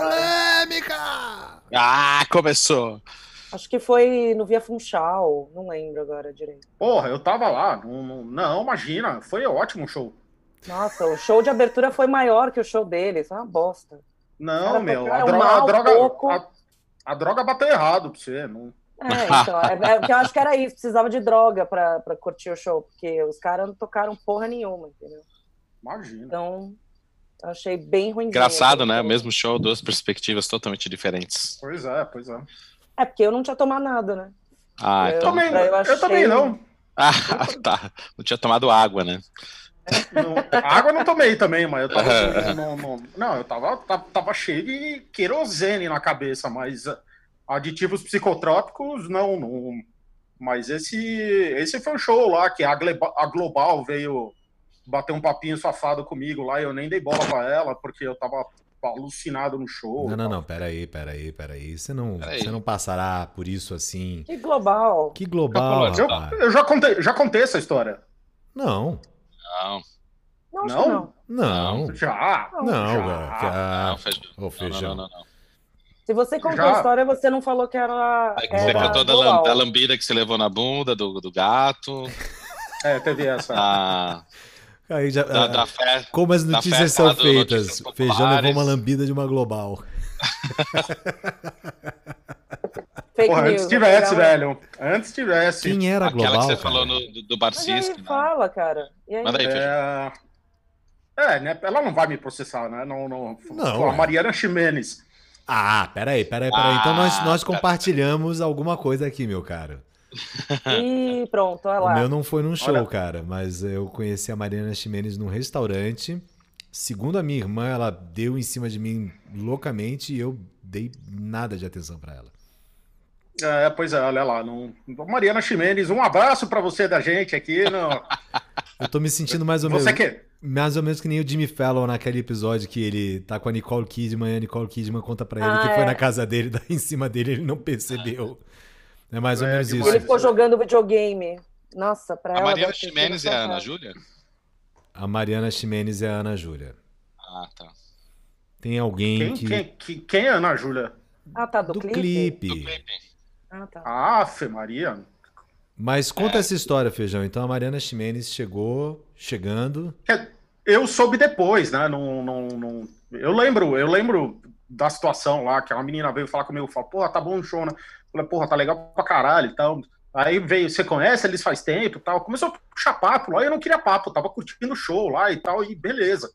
Polêmica! Ah, começou. Acho que foi no Via Funchal, não lembro agora direito. Porra, eu tava lá. Não, não, não, imagina, foi ótimo o show. Nossa, o show de abertura foi maior que o show deles, uma bosta. Não, Cara, meu, a tocaram droga, mal, a, droga pouco. a, a droga bateu errado pra você. Não... É, então, é, é, que eu acho que era isso, precisava de droga pra, pra curtir o show, porque os caras não tocaram porra nenhuma, entendeu? Imagina. Então, eu achei bem ruim. Engraçado, né? O mesmo show, duas perspectivas totalmente diferentes. Pois é, pois é. É, porque eu não tinha tomado nada, né? Ah, Eu- então. Também, eu eu, achei- também não. Ah, tá. Não tinha tomado água, né? Não, água eu não tomei também, mas eu tava. não, não, não, eu tava, tava, tava cheio de querosene na cabeça, mas uh, aditivos psicotrópicos, não, não. Mas esse, esse foi um show lá que a, Gleba- a Global veio bater um papinho safado comigo lá e eu nem dei bola pra ela, porque eu tava alucinado no show. Não, não, não, peraí, peraí, peraí. Você não, Peraí. você não passará por isso assim. Que global. Que global, Capulete, Eu, rapaz. eu já, contei, já contei essa história. Não, Não, Não, acho Não? que não. não, Já. não, já. velho. Ah, não, feijão. ô, Não, feijão. não, não, não. Se você contou Já. a história, você não falou que era. É que você era contou da, global. lam- da lambida que você levou na bunda do, do gato, É, teve essa. da, Aí já, da, ah, da fé. como as da notícias festa são lá do feitas, Notícias Feijão Populares. levou uma lambida de uma global. Fake Porra, news. antes vou tivesse, pegar uma- velho. Antes tivesse. Quem era a Aquela global? que você cara? falou no, do, do Mas aí Barcisco. Né? fala, cara. E aí? Manda aí, feijão. É... é, né? Ela não vai me processar, né? Não, não. Não, Pô, a é. Mariana Ximenes. Ah, peraí, peraí, peraí. Então nós, Ah, nós pera- compartilhamos alguma coisa aqui, meu caro. Ih, pronto, olha O lá. meu não foi num show, Olha. cara, mas eu conheci a Mariana Ximenes num restaurante. Segundo a minha irmã, ela deu em cima de mim loucamente e eu dei nada de atenção pra ela. É, pois é, olha lá. Não... Mariana Ximenes, um abraço pra você da gente aqui. No... Eu tô me sentindo mais ou menos, Você que. mais ou menos que nem o Jimmy Fallon naquele episódio que ele tá com a Nicole Kidman e a Nicole Kidman conta pra ele Ah, que foi é. na casa dele, daí em cima dele ele não percebeu. É mais ou É, menos demais. isso. Ele ficou jogando videogame. Nossa, pra A ela. Mariana deve ter sido Ximenes é a Ana fantástico. Júlia? A Mariana Ximenes é a Ana Júlia. Ah, tá. Tem alguém Quem, que... quem, quem, quem é a Ana Júlia? Ah, tá, do, do clipe? clipe. Do clipe. Ah, tá. Afe, Maria. Mas conta É. essa história, Feijão. Então a Mariana Ximenes chegou, chegando... Eu soube depois, né? Não, não, não... Eu lembro, eu lembro da situação lá, que uma menina veio falar comigo, falou, porra, tá bom o show, né? Eu falei, porra, tá legal pra caralho e tal. Aí veio, você conhece eles faz tempo e tal. Começou a puxar papo lá, eu não queria papo, eu tava curtindo o show lá e tal, e beleza.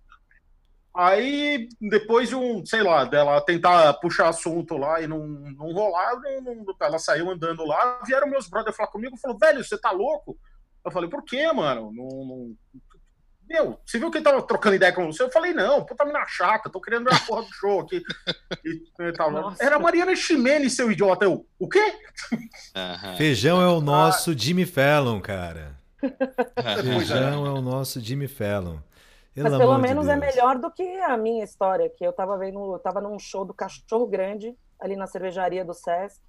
Aí, depois de um, sei lá, dela tentar puxar assunto lá e não, não rolar, não, não- ela saiu andando lá, vieram meus brothers falar comigo, falou, velho, você tá louco? Eu falei, por quê, mano? Não, não... Meu, você viu que ele tava trocando ideia com você? Eu falei, não, puta mina chata, tô querendo ver a porra do show aqui. E, e tal. Nossa. Era a Mariana Ximenes, seu idiota. Eu, o quê? Aham. Feijão é o nosso Jimmy Fallon, cara. Aham. Feijão é o nosso Jimmy Fallon. Pelo Mas pelo amor de menos é Deus. melhor do que a minha história, que eu tava vendo, eu tava num show do Cachorro Grande, ali na cervejaria do Sesc,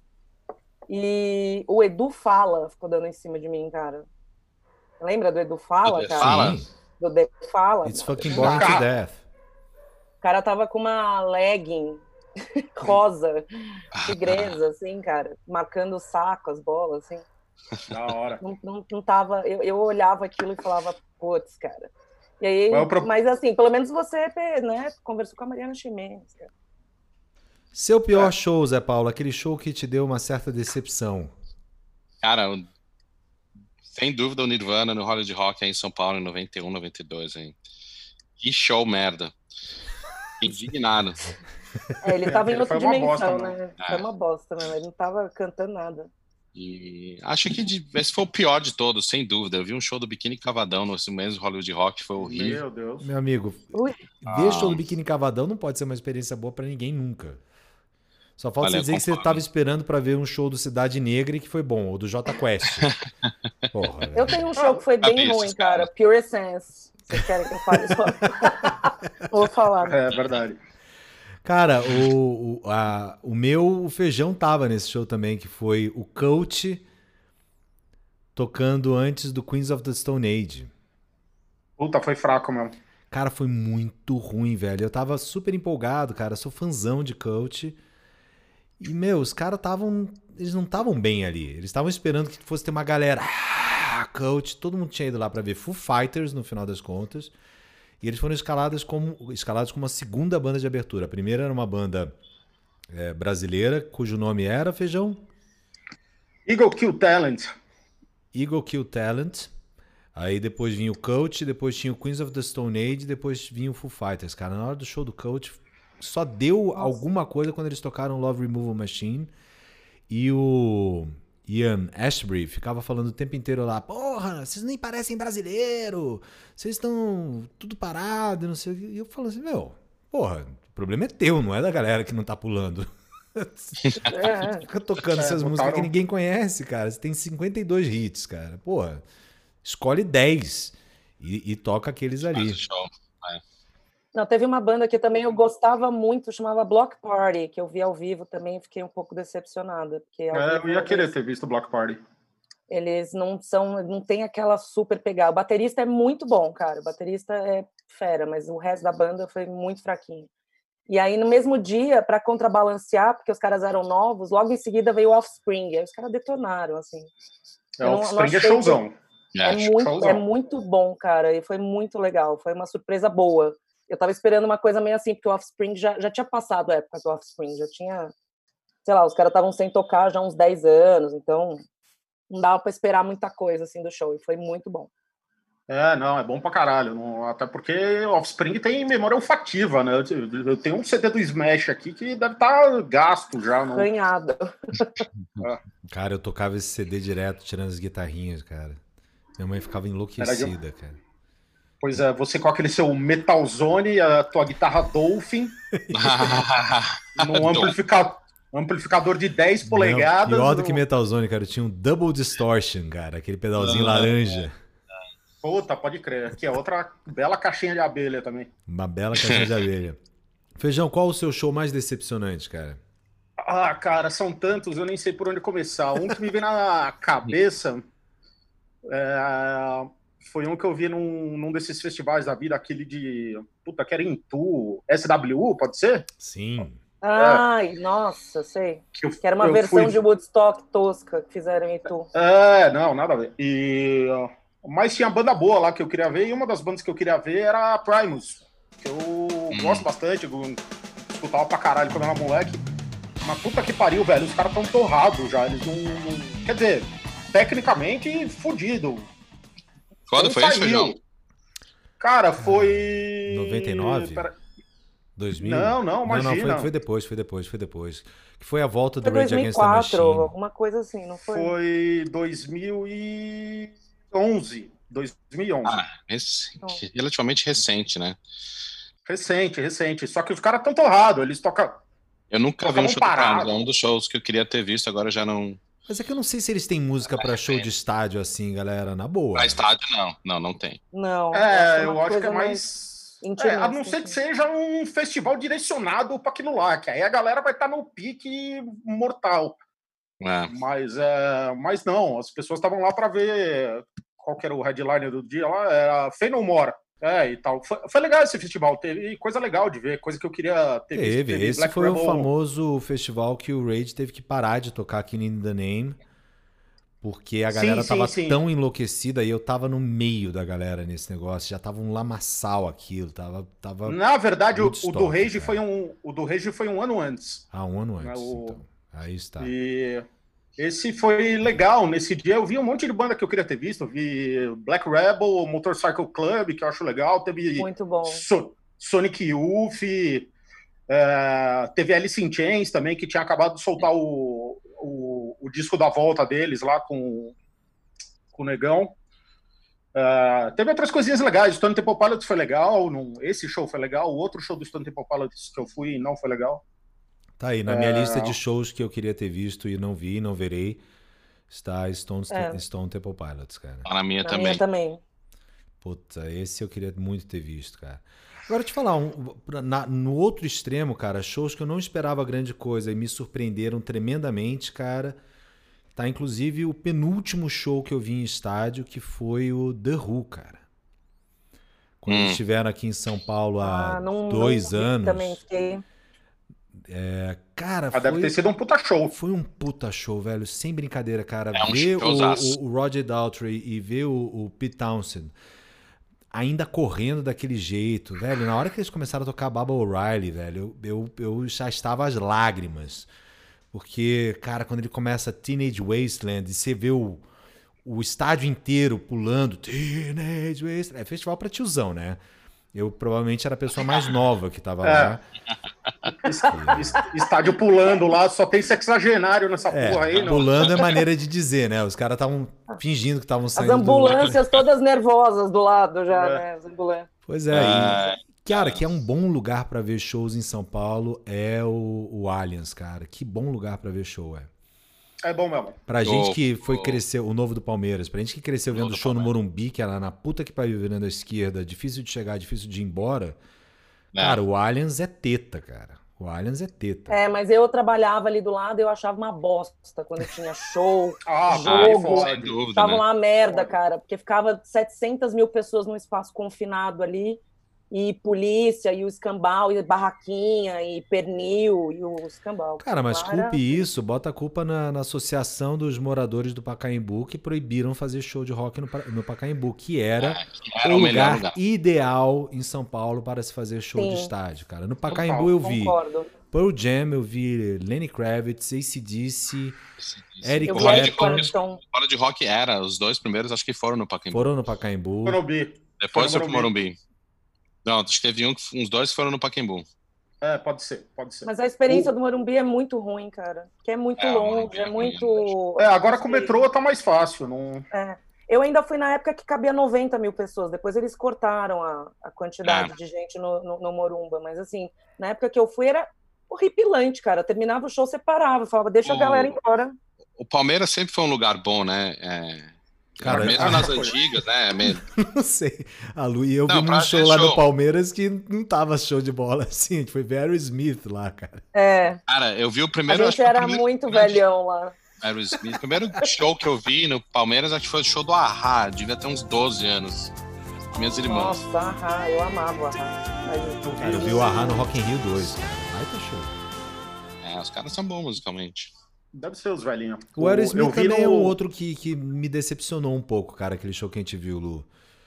e o Edu Fala ficou dando em cima de mim, cara. Lembra do Edu Fala, Do cara? Fala? Sim, Do The Fala? it's fucking boring to Cara. death. O cara tava com uma legging rosa, tigresa, assim, cara, marcando o saco, as bolas, assim. Da hora. Não, não, não tava. Eu, eu olhava aquilo e falava, putz, cara. E aí, Mas o pro- mas assim, pelo menos você, né, conversou com a Mariana Ximenes, cara. Seu pior É. show, Zé Paulo, aquele show que te deu uma certa decepção. Cara, o- sem dúvida o Nirvana no Hollywood Rock aí em São Paulo em noventa e um, noventa e dois, hein? Que show merda. Indignado. É, ele tava em Ele outra foi uma dimensão, bosta, né? É. Foi uma bosta mesmo. Ele não tava cantando nada. E acho que de- esse foi o pior de todos, sem dúvida. Eu vi um show do Biquíni Cavadão no mesmo Hollywood Rock, foi horrível. Meu Deus. Meu amigo, Ui. ver Ah. show do Biquíni Cavadão não pode ser uma experiência boa pra ninguém nunca. Só falta Olha, você eu dizer que você concordo. tava esperando pra ver um show do Cidade Negra e que foi bom, ou do Jota Quest. Porra, Eu tenho um show que foi bem Cabeças, ruim, cara. Pure Essence. Vocês querem que eu fale sobre? Vou falar. É verdade. Cara, o, o, a- o meu o Feijão tava nesse show também, que foi o Coach tocando antes do Queens of the Stone Age. Puta, foi fraco mesmo. Cara, foi muito ruim, velho. Eu tava super empolgado, cara. Sou fãzão de Coach. E, meu, os caras estavam... Eles não estavam bem ali. Eles estavam esperando que fosse ter uma galera... Ah, Coach. Todo mundo tinha ido lá pra ver Foo Fighters, no final das contas. E eles foram escalados como, escalados como uma segunda banda de abertura. A primeira era uma banda é, brasileira, cujo nome era, Feijão? Eagle Kill Talent. Eagle Kill Talent. Aí depois vinha o Coach, depois tinha o Queens of the Stone Age, depois vinha o Foo Fighters. Cara, na hora do show do Coach, só deu Nossa. alguma coisa quando eles tocaram Love Removal Machine. E o Ian Astbury ficava falando o tempo inteiro lá, porra, vocês nem parecem brasileiro, vocês estão tudo parado, não sei o que. E eu falo assim, meu, porra, o problema é teu, não é da galera que não tá pulando. É. Fica tocando É, essas botaram- músicas que ninguém conhece, cara. Você tem cinquenta e dois hits, cara. Porra, escolhe dez e, e toca aqueles ali. Faz o show. Não, teve uma banda que também eu gostava muito, chamava Block Party, que eu vi ao vivo também, fiquei um pouco decepcionada. Porque ao É, vivo eu ia querer eles, ter visto o Block Party. eles não são, não tem aquela super pegada. O baterista é muito bom, cara. O baterista é fera, mas o resto da banda foi muito fraquinho. E aí, no mesmo dia, para contrabalancear, porque os caras eram novos, logo em seguida veio o Offspring. Aí os caras detonaram, assim. É, Eu o não- não Offspring é achei showzão. É, É, muito, showzão. é muito bom, cara, e foi muito legal, foi uma surpresa boa. Eu tava esperando uma coisa meio assim, porque o Offspring já, já tinha passado a época do Offspring, já tinha, sei lá, os caras estavam sem tocar já há uns dez anos, então não dava pra esperar muita coisa, assim, do show, e foi muito bom. É, não, é bom pra caralho. Não- até porque o Offspring tem memória olfativa, né? Eu, eu tenho um C D do Smash aqui que deve estar gasto já. No... Ganhado. Cara, eu tocava esse C D direto, tirando as guitarrinhas, cara. Minha mãe ficava enlouquecida, cara. Pois é, você com aquele seu Metalzone, a tua guitarra Dolphin, num amplificador, amplificador de dez polegadas. Não, pior do no- que Metalzone, cara. Eu tinha um Double Distortion, cara. Aquele pedalzinho Ah, laranja. Puta, pode crer. Aqui é outra bela caixinha de abelha também. Uma bela caixinha de abelha. Feijão, qual o seu show mais decepcionante, cara? Ah, cara, são tantos, eu nem sei por onde começar. Um que me vem na cabeça é, foi um que eu vi num, num desses festivais da vida, aquele de. Puta, que era em Tu, S W U, pode ser? Sim. Ai, nossa, sei. Que, eu, Que era uma eu versão fui- de Woodstock tosca que fizeram em Itu. É, não, nada a ver. E, ó, mas tinha banda boa lá que eu queria ver, e uma das bandas que eu queria ver era a Primus, que eu gosto bastante, eu escutava pra caralho quando eu era moleque. Mas puta que pariu, velho, os caras tão torrados já, eles não, não- Quer dizer, tecnicamente, fudido. Quando Não foi isso, saiu. Feijão? Cara, foi... noventa e nove? Pera- dois mil? Não, não, Não, não, imagina. foi, foi depois, foi depois, foi depois. Que foi a volta do Foi Rage Against the dois mil e Machine. quatro, alguma coisa assim, não foi? Foi dois mil e onze. dois mil e onze. Ah, recente, relativamente recente, né? Recente, recente. Só que os caras tão torrados, eles tocam... Eu nunca vi Tocavam um show do parado. Primus, é um dos shows que eu queria ter visto, agora já não... Mas é que eu não sei se eles têm música pra show de estádio assim, galera, na boa. Pra estádio, não. Não, não tem. Não. É, uma eu acho que é coisa mais... intimista, É, a não ser que assim. seja um festival direcionado para aquilo lá, que aí a galera vai estar no pique mortal. É. Mas, é, mas não, as pessoas estavam lá para ver qual que era o headliner do dia lá, era Fey No More. É, e tal. Foi, foi legal esse festival, teve coisa legal de ver, coisa que eu queria ter visto. Teve, Teve esse Black foi o Rebel- famoso festival que o Rage teve que parar de tocar Killing in the Name, porque a Sim, galera sim, tava sim. tão enlouquecida e eu tava no meio da galera nesse negócio, já tava um lamaçal aquilo, tava... tava... Na verdade, o, o Woodstock, do Rage cara. foi um, o do Rage foi um ano antes. Ah, um ano Né, antes, o- então. Aí está. E esse foi legal. Nesse dia eu vi um monte de banda que eu queria ter visto. Eu vi Black Rebel, Motorcycle Club, que eu acho legal. Teve Muito bom. So- Sonic Youth. É, teve Alice in Chains também, que tinha acabado de soltar o, o, o disco da volta deles lá com, com o Negão. É, teve outras coisinhas legais. O Stone Temple Pilots foi legal, não, esse show foi legal. O outro show do Stone Temple Pilots que eu fui não foi legal. Tá aí, na minha É... lista de shows que eu queria ter visto e não vi, não verei, está Stone, É. Stone Temple Pilots, cara. Tá na minha Na também. minha também. Puta, esse eu queria muito ter visto, cara. Agora, te falar, um, na, no outro extremo, cara, shows que eu não esperava grande coisa e me surpreenderam tremendamente, cara. Tá, inclusive, o penúltimo show que eu vi em estádio, que foi o The Who, cara. Quando Hum. eles estiveram aqui em São Paulo há Ah, não, dois não vi anos. Também fiquei. É, cara, Ah, foi... deve ter sido um puta show. Foi um puta show, velho. Sem brincadeira, cara. É um ver o, showzaço. o, o Roger Daltrey e ver o, o Pete Townshend ainda correndo daquele jeito, velho. Na hora que eles começaram a tocar Baba O'Reilly, velho, eu, eu, eu já estava às lágrimas. Porque, cara, quando ele começa Teenage Wasteland e você vê o, o estádio inteiro pulando Teenage Wasteland. É festival pra tiozão, né? Eu provavelmente era a pessoa mais nova que tava É. lá. Estádio pulando lá, só tem sexagenário nessa É, porra aí, não. pulando é maneira de dizer, né? Os caras estavam fingindo que estavam As saindo do... ambulâncias todas nervosas do lado já, É. né? As ambulâncias. Pois é, Ah, e, cara, que é um bom lugar pra ver shows em São Paulo é o, o Allianz, cara. Que bom lugar pra ver show, é. É bom mesmo. Pra Oh, gente que foi oh. crescer, o novo do Palmeiras, pra gente que cresceu vendo Novo do show no Palmeiras. Morumbi, que era na puta que pariu virando a esquerda, difícil de chegar, difícil de ir embora. né? Cara, o Allianz é teta, cara. O Allianz é teta. É, mas eu trabalhava ali do lado e eu achava uma bosta quando tinha show, Ah, Ah, jogo. sem dúvida, Tava né? uma merda, cara, porque ficava setecentas mil pessoas num espaço confinado ali, e polícia, e o escambau, e barraquinha, e pernil, e o escambau. Cara, mas Lá era- culpe isso, bota a culpa na, na associação dos moradores do Pacaembu que proibiram fazer show de rock no, Pa- no Pacaembu, que era É, que era o o melhor lugar, lugar. ideal em São Paulo para se fazer show de Sim. estádio, cara. No Pacaembu eu vi Concordo. Pearl Jam, eu vi Lenny Kravitz, A C D C, Eric Eu O vi Rock Eric Clapton, Clapton. Fora de rock era, os dois primeiros acho que foram no Pacaembu. foram no Pacaembu. Morumbi. Depois Foi foi no pro Morumbi. Não, acho que teve um, que- uns dois foram no Pacaembu. É, pode ser, pode ser. Mas a experiência do Morumbi é muito ruim, cara. Que é muito É, o longe, Morumbi é é ruim, muito... É, agora com o metrô tá mais fácil. Não... É. Eu ainda fui na época que cabia noventa mil pessoas. Depois eles cortaram a, a quantidade É. de gente no, no, no Morumba. Mas assim, na época que eu fui era horripilante, cara. Terminava o show, você parava, falava, deixa a O- galera embora. O Palmeiras sempre foi um lugar bom, né? É, Cara, mesmo ah, nas foi. antigas, né? Me- Não sei. A Lu e eu Não, vimos pra um show ver lá show. no Palmeiras que não tava show de bola assim. A gente foi ver Aerosmith lá, cara. É, Cara, eu vi o a primeiro. acho gente que o era primeiro muito grande velhão lá. Aerosmith. O primeiro show que eu vi no Palmeiras acho que foi o show do Ahá. Devia ter uns doze anos. Minhas irmãs. Nossa, Ahá, eu amava o Ahá. Mas, Cara, eu vi o Ahá no Rock in Rio dois, cara. Baita show. É, os caras são bons musicalmente. Deve ser os velhinhos. O Aerosmith eu vi também é no- um outro que, que me decepcionou um pouco, cara, aquele show que a gente viu, Lu.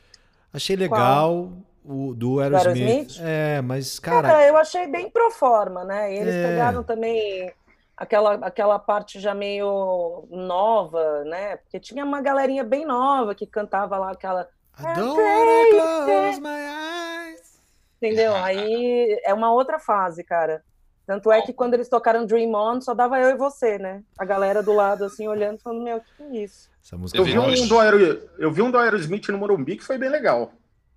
Achei legal o do Aerosmith. Aerosmith? É, mas, cara, Cara, eu achei bem pro forma, né? E eles É. pegaram também aquela, aquela parte já meio nova, né? Porque tinha uma galerinha bem nova que cantava lá aquela, I don't wanna close my eyes. entendeu? Aí é uma outra fase, cara. Tanto é que quando eles tocaram Dream On, só dava eu e você, né? A galera do lado, assim, olhando, falando, meu, que é isso? Essa música Eu é vi, boa. um do Aero... eu vi um do Aerosmith no Morumbi que foi bem legal.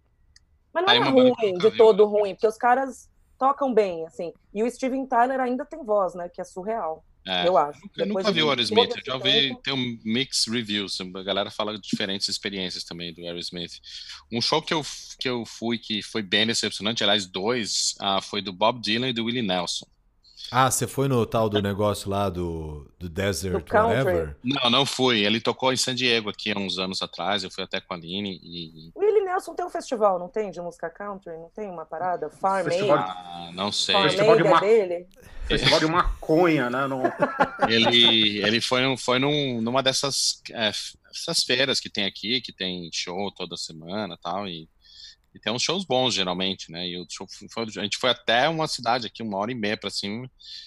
Mas não Aí é uma banda que eu ruim, nunca de vi, todo né? ruim, porque os caras tocam bem, assim. E o Steven Tyler ainda tem voz, né? Que é surreal, É, eu acho. Eu Depois nunca vi de o Aerosmith, eu todo já esse ouvi, tempo- tem um mix reviews, a galera fala de diferentes experiências também do Aerosmith. Um show que eu, que eu fui que foi bem decepcionante, aliás, dois, ah, foi do Bob Dylan e do Willie Nelson. Ah, você foi no tal do negócio lá do, do Desert, Do country. whatever? Não, não fui, ele tocou em San Diego aqui há uns anos atrás, eu fui até com a Aline e... O Willie Nelson tem um festival, não tem? De música country? Não tem uma parada? Farm Festival Aid? de- Ah, não sei, Farm Festival Aid de é ma- dele? Festival de maconha, né? No... ele, ele foi, num- foi num, numa dessas é, essas feiras que tem aqui, que tem show toda semana e tal, e E tem uns shows bons, geralmente, né? E o show foi, a gente foi até uma cidade aqui, uma hora e meia pra cima.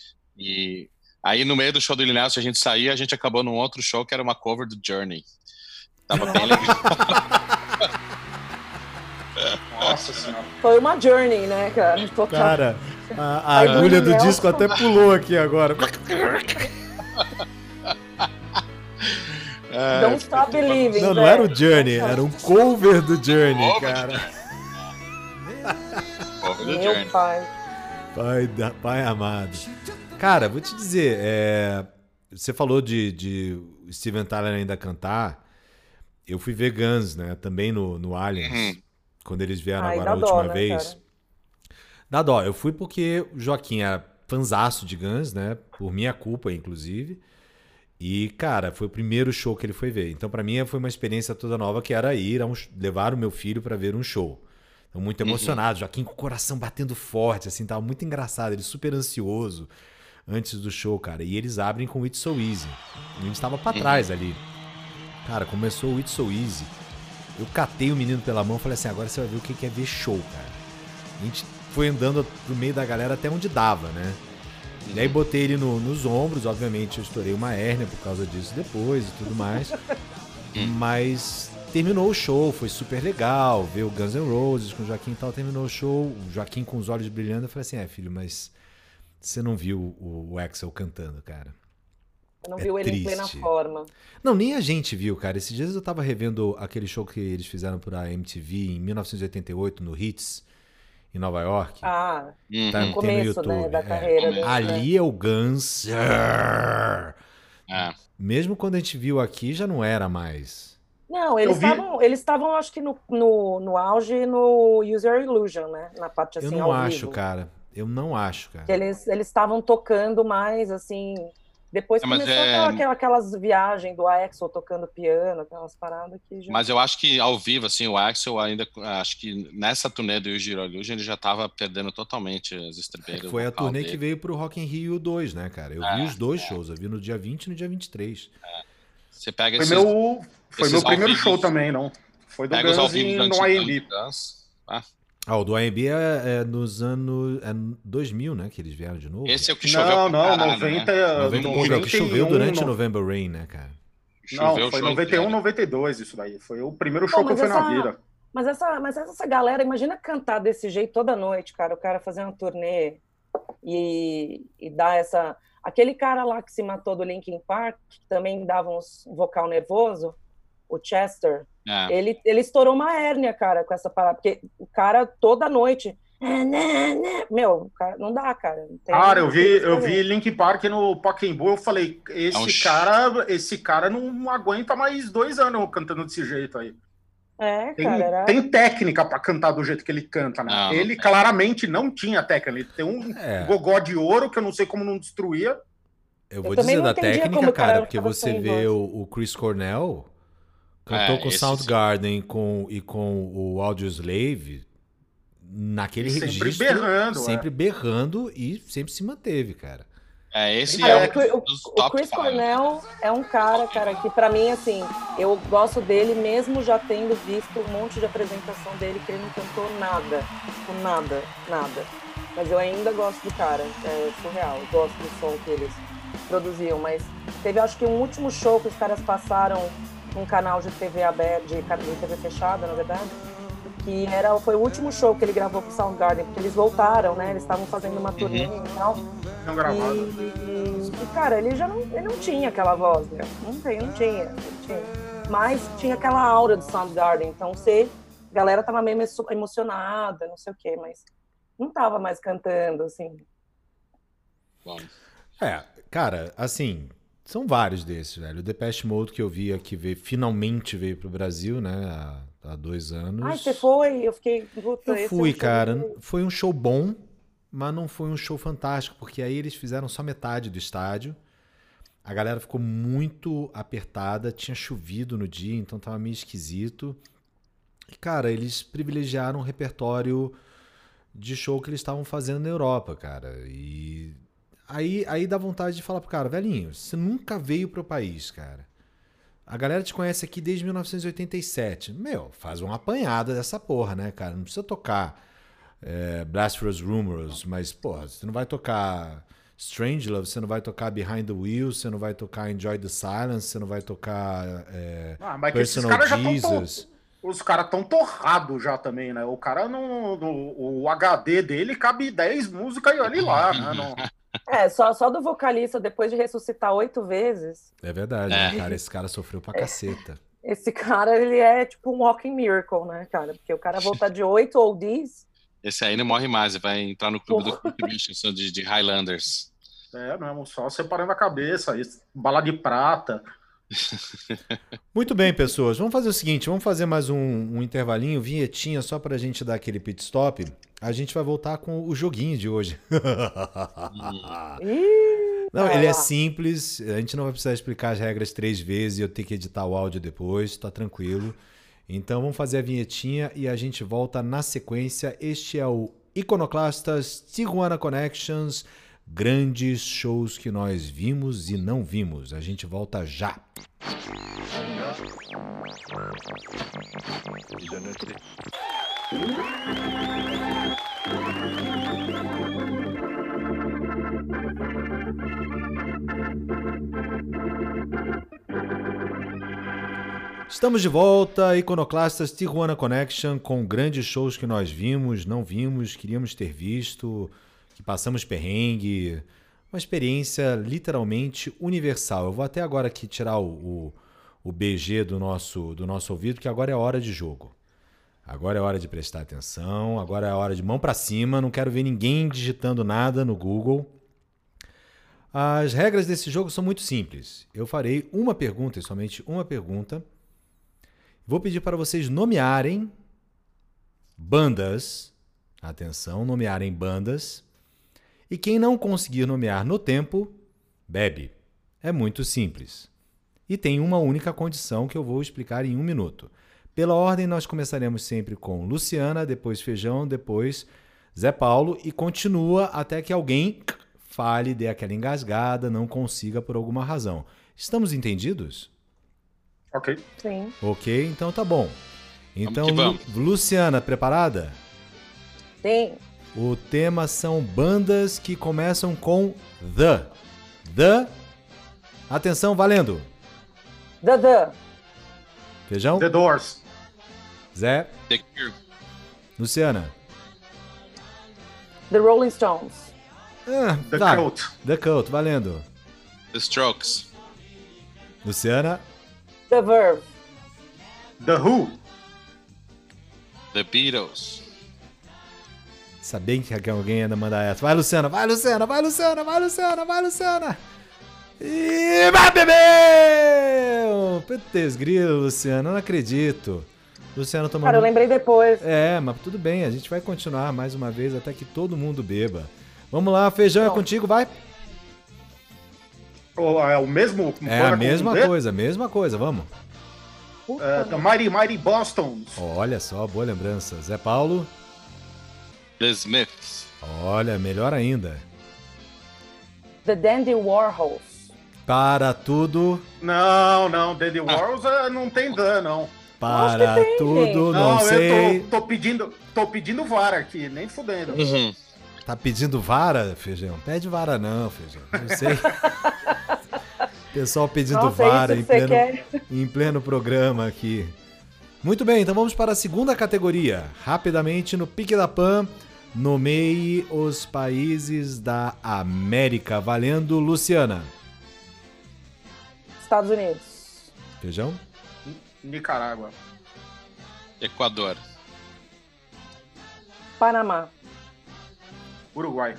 E aí, no meio do show do Willie Nelson, a gente saía, a gente acabou num outro show que era uma cover do Journey. Tava bem legal. Nossa senhora. Foi uma journey, né, cara? Total. Cara, A, a agulha do disco até pulou aqui agora. Don't Stop Believing. Não, não era o Journey, era um cover do Journey, cara. Cover do Meu Journey. pai. Pai, da, pai amado. Cara, vou te dizer, é, você falou de, de Steven Tyler ainda cantar. Eu fui ver Guns, né? Também no, no Aliens, Uhum. quando eles vieram Ai, agora a dá última dó, né, vez. cara? Dá dó. Eu fui porque o Joaquim era fanzaço de Guns, né? Por minha culpa, inclusive. E, cara, foi o primeiro show que ele foi ver. Então, pra mim, foi uma experiência toda nova, que era ir a um, levar o meu filho pra ver um show. Então, muito emocionado. Joaquim com o coração batendo forte, assim, tava muito engraçado. Ele super ansioso antes do show, cara. E eles abrem com It's So Easy. A gente tava pra trás ali. Cara, começou o It's So Easy. Eu catei o menino pela mão e falei assim, agora você vai ver o que é ver show, cara. A gente foi andando pro meio da galera até onde dava, né? E aí botei ele no- nos ombros, obviamente eu estourei uma hérnia por causa disso depois e tudo mais. Mas terminou o show, foi super legal, ver o Guns N' Roses com o Joaquim e tal, terminou o show, o Joaquim com os olhos brilhando, eu falei assim, é filho, mas você não viu o, o Axl cantando, cara. Eu não É viu ele em plena triste. forma. Não, nem a gente viu, cara. Esses dias eu tava revendo aquele show que eles fizeram pra M T V em mil novecentos e oitenta e oito, no Hits, em Nova York. Ah, Uhum. Tá, tem no começo, YouTube. né, da é. carreira dele. né? Ali é o Guns. É. Mesmo quando a gente viu aqui, já não era mais. Não, eles Eu vi- estavam, eles estavam, acho que no, no, no auge no Use Your Illusion, né? Na parte assim, Eu não ao acho, vivo. cara. Eu não acho, Que cara. eles eles estavam tocando mais assim. Depois É, mas começou é- aquela- aquelas viagens do Axl tocando piano, aquelas paradas que já. Mas eu acho que ao vivo, assim, o Axl ainda, acho que nessa turnê do Use Your Illusion ele já tava perdendo totalmente as estribeiras. Foi a vocal turnê dele. que veio pro Rock in Rio dois, né, cara? Eu vi os dois shows. Eu vi no dia vinte e no dia vinte e três. Você pega Foi esses, meu, foi esses meu ao primeiro vivos- show também, não. Foi do pega os ao Guns vivo em- do no antigo I M B. Guns. Ah, Ah, o do I M B é, é nos anos é dois mil, né? Que eles vieram de novo. esse é o que choveu Não, pra não, caralho, noventa, né? noventa, Choveu é o que choveu noventa e um, durante no- November Rain, né, cara? Não, Choveu o foi show noventa e um, inteiro. noventa e dois isso daí. Foi o primeiro Pô, show que eu mas fui na essa- vida. Mas essa, mas essa galera, imagina cantar desse jeito toda noite, cara. O cara fazer uma turnê e, e dar essa. Aquele cara lá que se matou do Linkin Park, que também dava uns vocal nervoso, o Chester, É. ele, ele estourou uma hérnia, cara, com essa parada. Porque o cara toda noite. "É, né, né", Meu, cara, não dá, cara. Não tem- Cara, eu vi, tem eu que vi Linkin Park no Pacaembu, eu falei, esse É um ch- cara, esse cara não, não aguenta mais dois anos cantando desse jeito aí. É, Tem, cara, era. tem técnica pra cantar do jeito que ele canta, né? Não, não ele tem. claramente não tinha técnica. Ele tem um É. gogó de ouro que eu não sei como não destruía. Eu vou também dizer não da entendia técnica, como o cara cara, porque ficava você sem vê voz. o, o Chris Cornell cantou É, com o esse Soundgarden com, e com o Audioslave naquele Sempre registro, berrando, sempre berrando e sempre se manteve, cara. É, esse Cara, é o, Chri- um o- dos o top Chris five. Cornell é um cara, cara, que pra mim, assim, eu gosto dele mesmo já tendo visto um monte de apresentação dele que ele não cantou nada, tipo, nada, nada. Mas eu ainda gosto do cara, é surreal, eu gosto do som que eles produziam, mas teve acho que um último show que os caras passaram num canal de T V aberta, de, de T V fechada, na verdade, que era, foi o último show que ele gravou pro Soundgarden, porque eles voltaram, né, eles estavam fazendo uma turnê e tal. Não gravado. E, e, cara, ele já não, ele não tinha aquela voz, né? Não tem, não tinha, não tinha. Mas tinha aquela aura do Soundgarden, então você, a galera tava meio emo- emocionada, não sei o quê, mas não tava mais cantando, assim. Bom, É, cara, assim, são vários desses, velho. O Depeche Mode que eu vi aqui veio, finalmente veio pro Brasil, né, há, há dois anos. Ai, você foi? Eu fiquei... Puta, Eu esse é um fui, show cara. que- Foi um show bom, mas não foi um show fantástico, porque aí eles fizeram só metade do estádio. A galera ficou muito apertada, tinha chovido no dia, então tava meio esquisito. E, cara, eles privilegiaram o repertório de show que eles estavam fazendo na Europa, cara. E aí, aí dá vontade de falar pro cara, velhinho, você nunca veio pro país, cara. A galera te conhece aqui desde mil novecentos e oitenta e sete. Meu, faz uma apanhada dessa porra, né, cara? Não precisa tocar é, Blasphemous Rumors, mas, porra, você não vai tocar Strangelove, você não vai tocar Behind the Wheel, você não vai tocar Enjoy the Silence, você não vai tocar é, Ah, mas que esses Personal caras já estão Jesus. Os caras tão torrados já também, né? O cara, no, no, o H D dele cabe dez músicas e olha lá, né? Não... É, só, só do vocalista, depois de ressuscitar oito vezes. É verdade, É. né, cara? Esse cara sofreu pra caceta. Esse cara, ele é tipo um walking miracle, né, cara? Porque o cara voltar de oito oldies... Esse aí não morre mais, vai entrar no clube do Cliff Richardson de, de Highlanders. É, não, só separando a cabeça, isso, bala de prata. Muito bem, pessoas. Vamos fazer o seguinte, vamos fazer mais um, um intervalinho, vinhetinha, só pra gente dar aquele pit stop. A gente vai voltar com o joguinho de hoje. Ih, Não, vai ele é lá. simples, a gente não vai precisar explicar as regras três vezes e eu ter que editar o áudio depois, tá tranquilo. Então vamos fazer a vinhetinha e a gente volta na sequência. Este é o Iconoclastas Tijuana Connections, grandes shows que nós vimos e não vimos. A gente volta já. Estamos de volta, Iconoclastas Tijuana Connection, com grandes shows que nós vimos, não vimos, queríamos ter visto, que passamos perrengue, uma experiência literalmente universal. Eu vou até agora aqui tirar o, o, o B G do nosso, do nosso ouvido, que agora é hora de jogo. Agora é hora de prestar atenção, agora é hora de mão pra cima, não quero ver ninguém digitando nada no Google. As regras desse jogo são muito simples. Eu farei uma pergunta e somente uma pergunta. Vou pedir para vocês nomearem bandas, atenção, nomearem bandas, e quem não conseguir nomear no tempo, bebe. É muito simples. E tem uma única condição que eu vou explicar em um minuto. Pela ordem, nós começaremos sempre com Luciana, depois Feijão, depois Zé Paulo, e continua até que alguém fale, dê aquela engasgada, não consiga por alguma razão. Estamos entendidos? Ok. Sim. Ok, então tá bom. Então, que vamos. Lu- Luciana, preparada? Sim. O tema são bandas que começam com The. The. Atenção, valendo. The The. Feijão? The Doors. Zé. The Cure. Luciana. The Rolling Stones. Ah, The tá. Cult. The Cult, valendo. The Strokes. Luciana. The Verve. The Who. The Beatles. Sabia que alguém ia mandar essa. Vai, Luciana, vai, Luciana, vai, Luciana, vai, Luciana, vai, Luciana. E vai, bebê! Putz, grilo, Luciana, não acredito. Luciana tomando... Cara, eu lembrei depois. É, mas tudo bem, a gente vai continuar mais uma vez até que todo mundo beba. Vamos lá, Feijão, é Bom. contigo, vai. Ou é o mesmo? É a mesma coisa, a mesma coisa, vamos. Puta, É, the Mighty Mighty Bostons. Olha só, boa lembrança. Zé Paulo, The Smiths. olha, melhor ainda. The Dandy Warhols. Para tudo, Não, não, Dandy Warhols é, não tem Dan, não. para tem, tudo, gente. não, Não, sei. eu tô, tô pedindo, tô pedindo vara aqui, nem fudendo. Uhum. Tá pedindo vara, Feijão? Pede vara não, Feijão. Não sei. Pessoal pedindo Nossa, vara é em isso que você pleno, quer? em pleno programa aqui. Muito bem, então vamos para a segunda categoria. Rapidamente, no pique da Pan, nomeie os países da América. Valendo, Luciana. Estados Unidos. Feijão? Nicarágua. Equador. Panamá. Uruguai.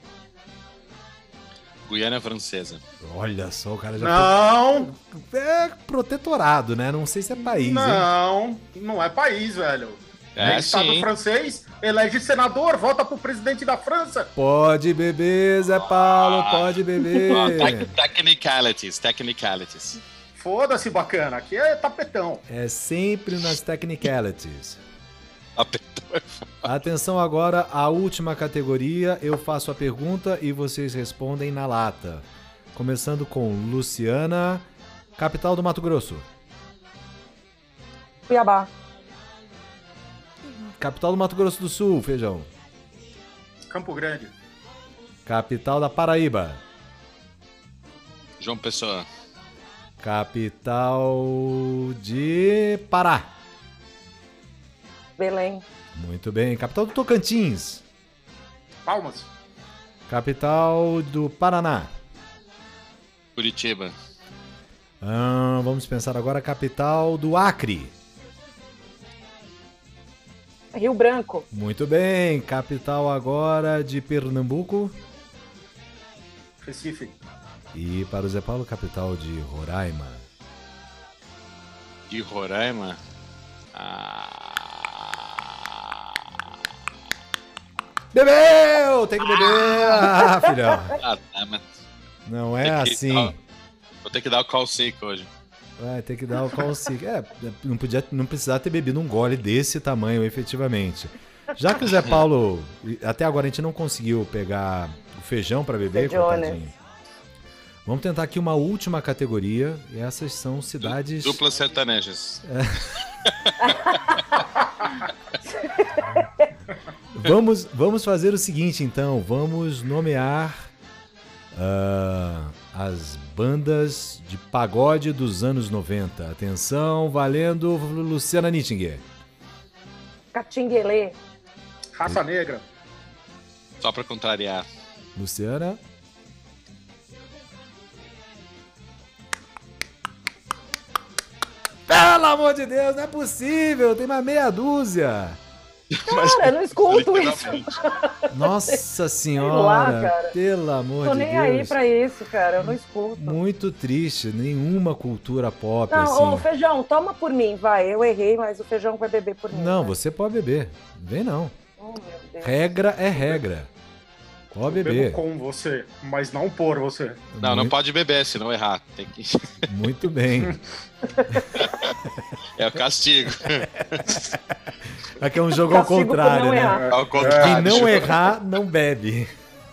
Guiana Francesa. Olha só, o cara já Não, foi... É protetorado, né? Não sei se é país, hein? não, não é país, velho. É, Estado sim. francês, elege senador, vota pro presidente da França. Pode beber, Zé Paulo, Ah. pode beber. Ah, tec- technicalities, technicalities. Foda-se, bacana, aqui é tapetão. É sempre nas technicalities. Apertou. Atenção agora à última categoria. Eu faço a pergunta e vocês respondem na lata. Começando com Luciana, capital do Mato Grosso. Cuiabá. Capital do Mato Grosso do Sul, Feijão. Campo Grande. Capital da Paraíba. João Pessoa. Capital de Pará. Belém. Muito bem. Capital do Tocantins. Palmas. Capital do Paraná. Curitiba. Ah, vamos pensar agora a capital do Acre. Rio Branco. Muito bem. Capital agora de Pernambuco. Recife. E para o Zé Paulo, capital de Roraima. De Roraima. Ah... Bebeu! Tem que beber! Ah, filhão. Ah, tá, mas Não é Tem que- assim. ó. vou ter que dar o call sick hoje. Vai ter que dar o call sick. É, não, podia, não precisava ter bebido um gole desse tamanho, efetivamente. Já que o Zé Paulo, até agora a gente não conseguiu pegar o feijão para beber, Feijões. coitadinho. Vamos tentar aqui uma última categoria. E essas são cidades... Duplas sertanejas. Vamos, vamos fazer o seguinte, então. Vamos nomear ah, as bandas de pagode dos anos noventa. Atenção, valendo, Luciana Nittinger. Catinguelê. Raça Negra. Só pra contrariar. Luciana. Pelo amor de Deus, não é possível. Tem mais meia dúzia. Cara, eu não escuto isso. Literalmente. Nossa senhora. lá, cara. Pelo amor Tô de nem Deus. aí pra isso, cara. Eu não escuto. Muito triste. Nenhuma cultura pop Não, assim. ô, Feijão, toma por mim, vai. Eu errei, mas o Feijão vai beber por mim. Não, vai. você pode beber. Vem não. Oh, meu Deus. Regra é regra. Pode Eu bebo beber. com você, mas não por você. Não, não Muito- pode beber, senão errar. Tem que... Muito bem. É o castigo. Aqui é um jogo ao Castigo por contrário, não né? errar. Ao Quem contrário. não errar, não bebe.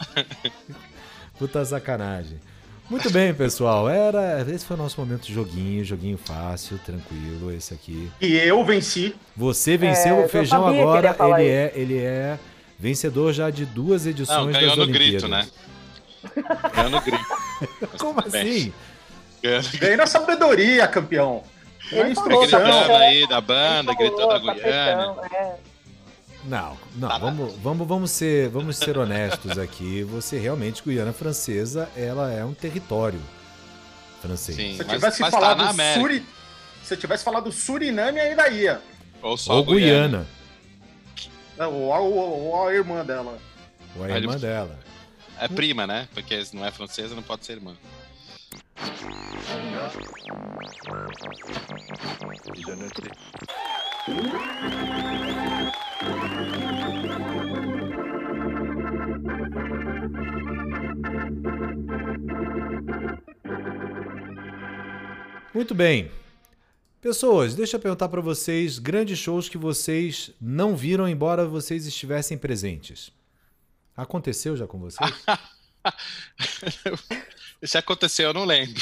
Puta sacanagem. Muito bem, pessoal. Era, esse foi o nosso momento de joguinho, joguinho fácil, tranquilo, esse aqui. E eu venci. Você venceu É, o Feijão eu sabia que ele agora, ia falar ele isso. é, ele é vencedor já de duas edições Não, ganhou das no Olimpíadas. grito, né? Ganhou no grito. Como Tudo bem. assim? Ganhou no grito. Ganhei na sabedoria, campeão. Na Ele falou, instrução. tá Gritando bom. aí da banda, Ele gritando falou, a Guiana. tapetão, é. Não, não, Tá. vamos, vamos, vamos, ser, vamos ser honestos aqui. Você realmente, Guiana Francesa, ela é um território francês. Sim, Se mas, tivesse mas tá falado na América. Suri... Se tivesse falado Suriname, ainda ia. Ou só Ou Guiana. Guiana, Ou a, ou- ou a irmã dela. ou a Aí irmã ele- dela. É prima, né? Porque se não é francesa, não pode ser irmã. Muito bem. Pessoas, deixa eu perguntar para vocês grandes shows que vocês não viram, embora vocês estivessem presentes. Aconteceu já com vocês? Se aconteceu, eu não lembro.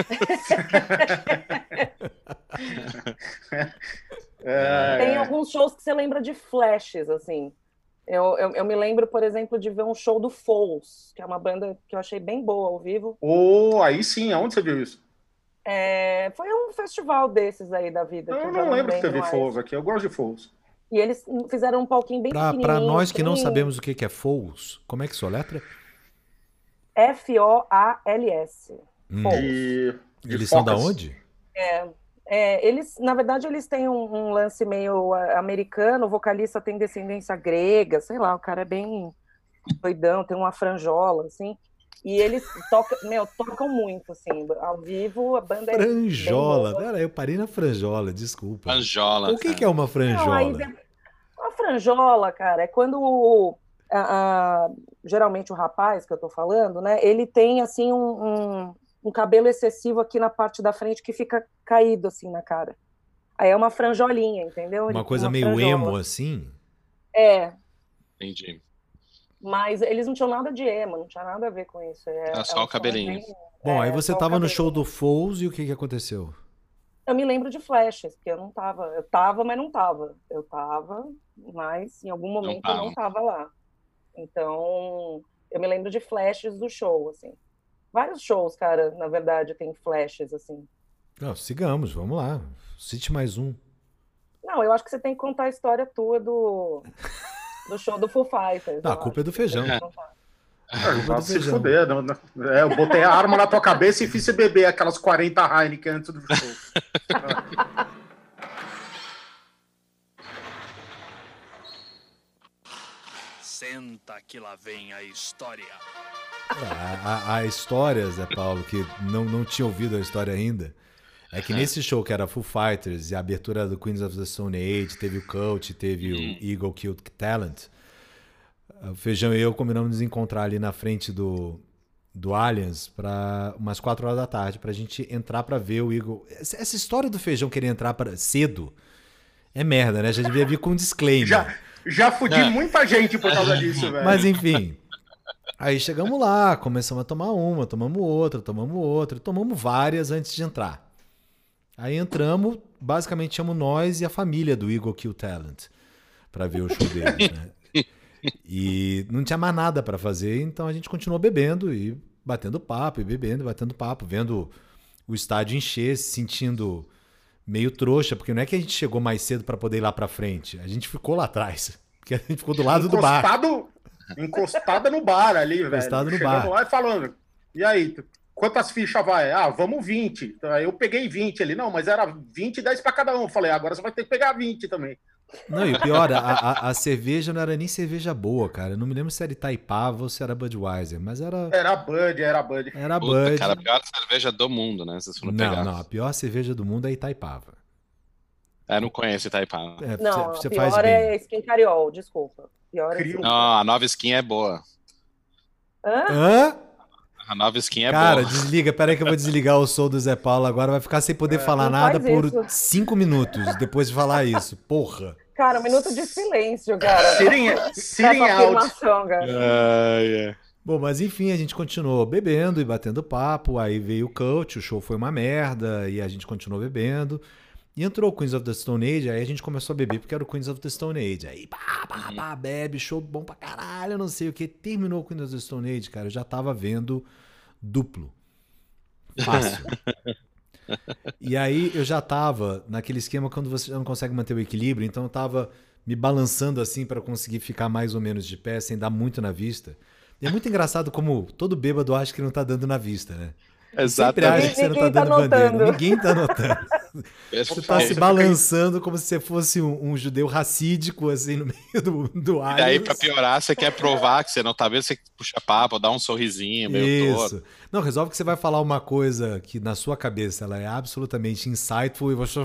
É, Tem alguns shows que você lembra de flashes, assim. Eu, eu, eu me lembro, por exemplo, de ver um show do Foles, que é uma banda que eu achei bem boa ao vivo. Ou aí sim, aonde você viu isso? É, foi um festival desses aí da vida. que Eu já não lembro de teve mais. fogo aqui. Eu gosto de fogos. E eles fizeram um palquinho bem Para pequenininho. nós que não bem- sabemos o que que é Foles, como é que soletra? F O A L S. Hum. Foles. E, de Eles são da focas. onde? É, eles, na verdade, eles têm um, um lance meio ah, americano, o vocalista tem descendência grega, sei lá, o cara é bem doidão, tem uma franjola, assim, e eles tocam, meu, tocam muito, assim, ao vivo a banda é bem Franjola. boa. Pera, eu parei na franjola, desculpa. Anjola. O que, cara. que é uma Não, franjola? aí, a franjola, cara, é quando o- a- a- geralmente o rapaz que eu tô falando, né, ele tem, assim, um, um, um cabelo excessivo aqui na parte da frente que fica caído, assim, na cara. Aí é uma franjolinha, entendeu? Ele Uma tem coisa meio franjola. emo assim? É, Entendi. mas eles não tinham nada de emo, não tinha nada a ver com isso. É, Era só é um o cabelinho. som bem- Bom, é, aí você só o tava no cabelinho. show do Foles e o que que aconteceu? Eu me lembro de flashes, porque eu não tava. Eu tava, mas não tava. Eu tava, mas em algum momento eu não tava lá. Então, eu me lembro de flashes do show, assim. Vários shows, cara, na verdade, tem flashes, assim. Não, sigamos, vamos lá. Cite mais um. Não, eu acho que você tem que contar a história tua do, do show do Foo Fighters. Não, a eu culpa é acho. do feijão. Você tem que contar. Ah, vai do se feijão. fuder. Não, não. É, eu botei a arma na tua cabeça e fiz você beber aquelas quarenta Heineken antes do show. Senta que lá vem a história. A, a, a história, Zé Paulo, que não, não tinha ouvido a história ainda, é que nesse show que era Foo Fighters e a abertura do Queens of the Stone Age, teve o Cult, teve o Eagle Killed Talent, o Feijão e eu combinamos nos encontrar ali na frente do, do Allianz para umas quatro horas da tarde, pra gente entrar pra ver o Eagle. Essa, essa história do Feijão querer entrar pra, cedo é merda, né? Já devia vir com um disclaimer. Já, já fudi muita gente por causa disso, velho. Mas enfim. Aí chegamos lá, começamos a tomar uma, tomamos outra, tomamos outra, tomamos várias antes de entrar. Aí entramos, basicamente chamamos nós e a família do Eagle Kill Talent pra ver o show deles, né? E não tinha mais nada pra fazer, então a gente continuou bebendo e batendo papo, e bebendo, batendo papo, vendo o estádio encher, se sentindo meio trouxa, porque não é que a gente chegou mais cedo pra poder ir lá pra frente, a gente ficou lá atrás, porque a gente ficou do lado do bar. Encostado, encostada no bar ali, velho. Encostado no Chegando bar. lá e falando, e aí, quantas fichas vai? Ah, vamos vinte. Aí eu peguei vinte ali, não, mas era vinte e dez pra cada um. Eu falei, agora você vai ter que pegar vinte também. Não, e o pior, a, a, a cerveja não era nem cerveja boa, cara. Eu não me lembro se era Itaipava ou se era Budweiser, mas era, Era Bud, era Bud. era Puta, Bud. cara, a pior cerveja do mundo, né? Vocês foram Não, pegar. não, a pior cerveja do mundo é Itaipava. É, não conheço Itaipá. É, Não, você a faz pior bem. é Skin Cariol, desculpa. Pior é Crio. Skin- Não, a nova skin é boa. Hã? Hã? A nova skin é Cara, boa. desliga. Peraí que eu vou desligar o som do Zé Paulo agora. Vai ficar sem poder falar não nada faz por isso. cinco minutos depois de falar isso. Porra. Cara, um minuto de silêncio, cara. Sitting, sitting Essa out. afirmação, cara. Ah, yeah. Bom, mas enfim, a gente continuou bebendo e batendo papo. Aí veio o Cult, o show foi uma merda. E a gente continuou bebendo. E entrou o Queens of the Stone Age, aí a gente começou a beber porque era o Queens of the Stone Age. Aí, pá, pá, pá, bebe, show bom pra caralho, não sei o que. Terminou o Queens of the Stone Age, cara, eu já tava vendo duplo. Fácil. E aí eu já tava naquele esquema quando você já não consegue manter o equilíbrio, então eu tava me balançando assim pra conseguir ficar mais ou menos de pé, sem dar muito na vista. E é muito engraçado como todo bêbado acha que não tá dando na vista, né? Sempre acha Exatamente. que você não tá Ninguém tá dando bandeira. notando. Ninguém tá notando. Você tá se balançando como se você fosse um, um judeu racídico, assim, no meio do, do ar. E aí, pra piorar, você quer provar que você não tá vendo, você puxa papo, dá um sorrisinho meio torto. Isso. Não, resolve que você vai falar uma coisa que na sua cabeça ela é absolutamente insightful e você...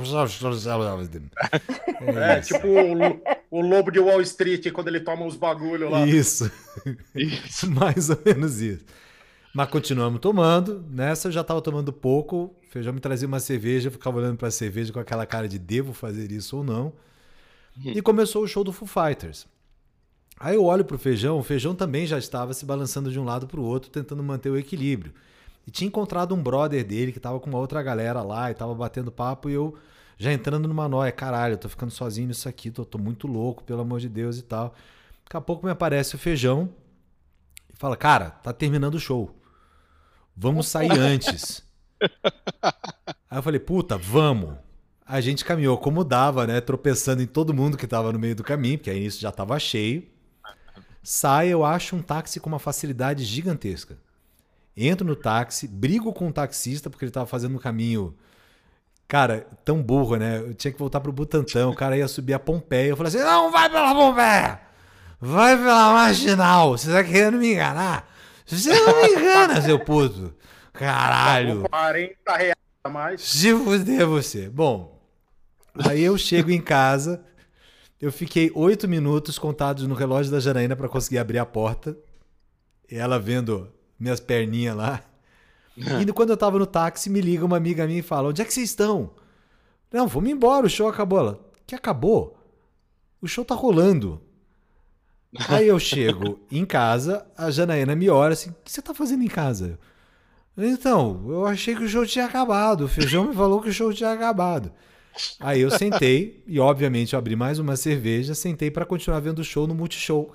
É, tipo o, o lobo de Wall Street, quando ele toma os bagulho lá. Isso. Isso. Mais ou menos isso. Mas continuamos tomando. Nessa eu já tava tomando pouco. O Feijão me trazia uma cerveja, eu ficava olhando pra cerveja com aquela cara de devo fazer isso ou não. E começou o show do Foo Fighters. Aí eu olho pro Feijão, o Feijão também já estava se balançando de um lado pro outro, tentando manter o equilíbrio. E tinha encontrado um brother dele que tava com uma outra galera lá e tava batendo papo e eu já entrando numa noia. Caralho, eu tô ficando sozinho nisso aqui, tô, tô muito louco, pelo amor de Deus e tal. Daqui a pouco me aparece o Feijão e fala, cara, tá terminando o show. Vamos sair antes. Aí eu falei, puta, vamos. A gente caminhou como dava, né? Tropeçando em todo mundo que tava no meio do caminho, porque aí isso já tava cheio. Sai, eu acho um táxi com uma facilidade gigantesca. Entro no táxi, brigo com o taxista, porque ele tava fazendo um caminho... Cara, tão burro, né? Eu tinha que voltar pro Butantã, o cara ia subir a Pompeia. Eu falei assim, não vai pela Pompeia! Vai pela Marginal! Você tá querendo me enganar? Você não me engana, seu puto! Caralho! quarenta reais a mais. Se fuder você. Bom, aí eu chego em casa, eu fiquei oito minutos contados no relógio da Janaína pra conseguir abrir a porta. E ela vendo minhas perninhas lá. E quando eu tava no táxi, me liga uma amiga minha e fala, onde é que vocês estão? Não, vamos embora, o show acabou. Ela, que acabou? O show tá rolando. Aí eu chego em casa, a Janaína me olha assim, o que você tá fazendo em casa? Então, eu achei que o show tinha acabado. O Feijão me falou que o show tinha acabado. Aí eu sentei e, obviamente, eu abri mais uma cerveja, sentei pra continuar vendo o show no Multishow.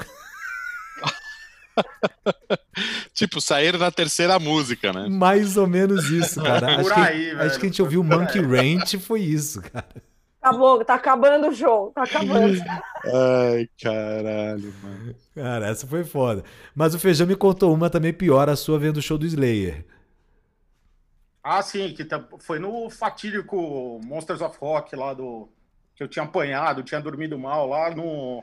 Tipo, saíram na terceira música, né? Mais ou menos isso, cara. Por Acho, aí, que, velho. acho que a gente ouviu o Monkey Ranch, foi isso, cara. Tá bom, tá acabando o show, tá acabando. Ai, caralho, mano. Cara, essa foi foda. Mas o Feijão me contou uma também pior, a sua vendo o show do Slayer. Ah, sim, que tá- foi no fatídico Monsters of Rock lá do. Que eu tinha apanhado, tinha dormido mal lá no.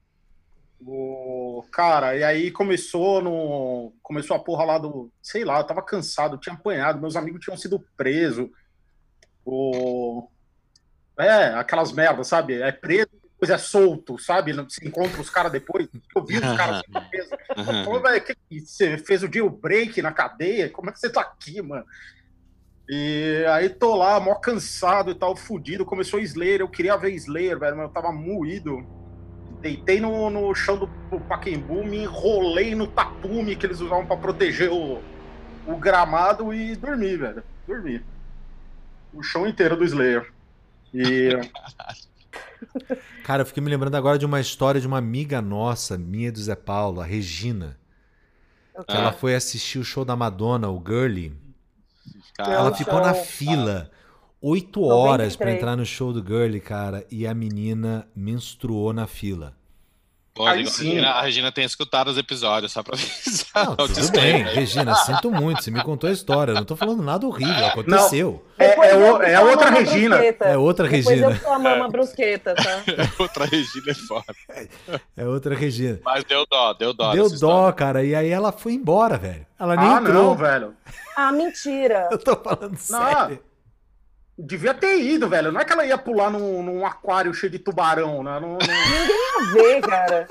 no- Cara, e aí começou no. Começou a porra lá do. Sei lá, eu tava cansado, tinha apanhado, meus amigos tinham sido presos. O... É, aquelas merdas, sabe? É preso, depois é solto, sabe? Não se encontra os caras depois. Eu vi os caras assim presos. Falei, velho, que que você fez o jailbreak na cadeia? Como é que você tá aqui, mano? E aí tô lá, mó cansado e tal, fudido. Começou Slayer, eu queria ver Slayer, velho, mas eu tava moído. Deitei no, no chão do, do Pacaembu, me enrolei no tapume que eles usavam pra proteger o, o gramado e dormi, velho. Dormi. O show inteiro do Slayer. E... Cara, eu fiquei me lembrando agora de uma história de uma amiga nossa, minha e do Zé Paulo, a Regina. Que ela foi assistir o show da Madonna, o Girlie. Cara, Ela Meu ficou na show. fila oito horas pra noventa e três. entrar no show do Girlie, cara, e a menina menstruou na fila. pô, Aí a, sim. Regina, a Regina tem escutado os episódios, só pra avisar. Não, o tudo disclaimer. bem, Regina, sinto muito, você me contou a história, eu não tô falando nada horrível, aconteceu. É, Depois é, eu o- que é sou a outra Mama Regina. Brusqueta. É outra Depois Regina. eu que sou a Mama Brusqueta, tá? Outra Regina é foda. É outra Regina. Mas deu dó, deu dó. Deu dessa dó, história. cara, e aí ela foi embora, velho. Ela nem Ah, entrou. não, velho. Ah, mentira. Eu tô falando sério. Devia ter ido, velho. Não é que ela ia pular num, num aquário cheio de tubarão, né? Não, não... Ninguém ia ver, cara.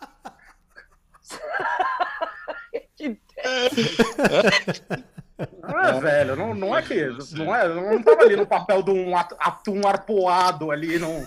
Que- Não é, velho. Não, não é que. Não, é, não tava ali no papel de um at- atum arpoado ali. Não...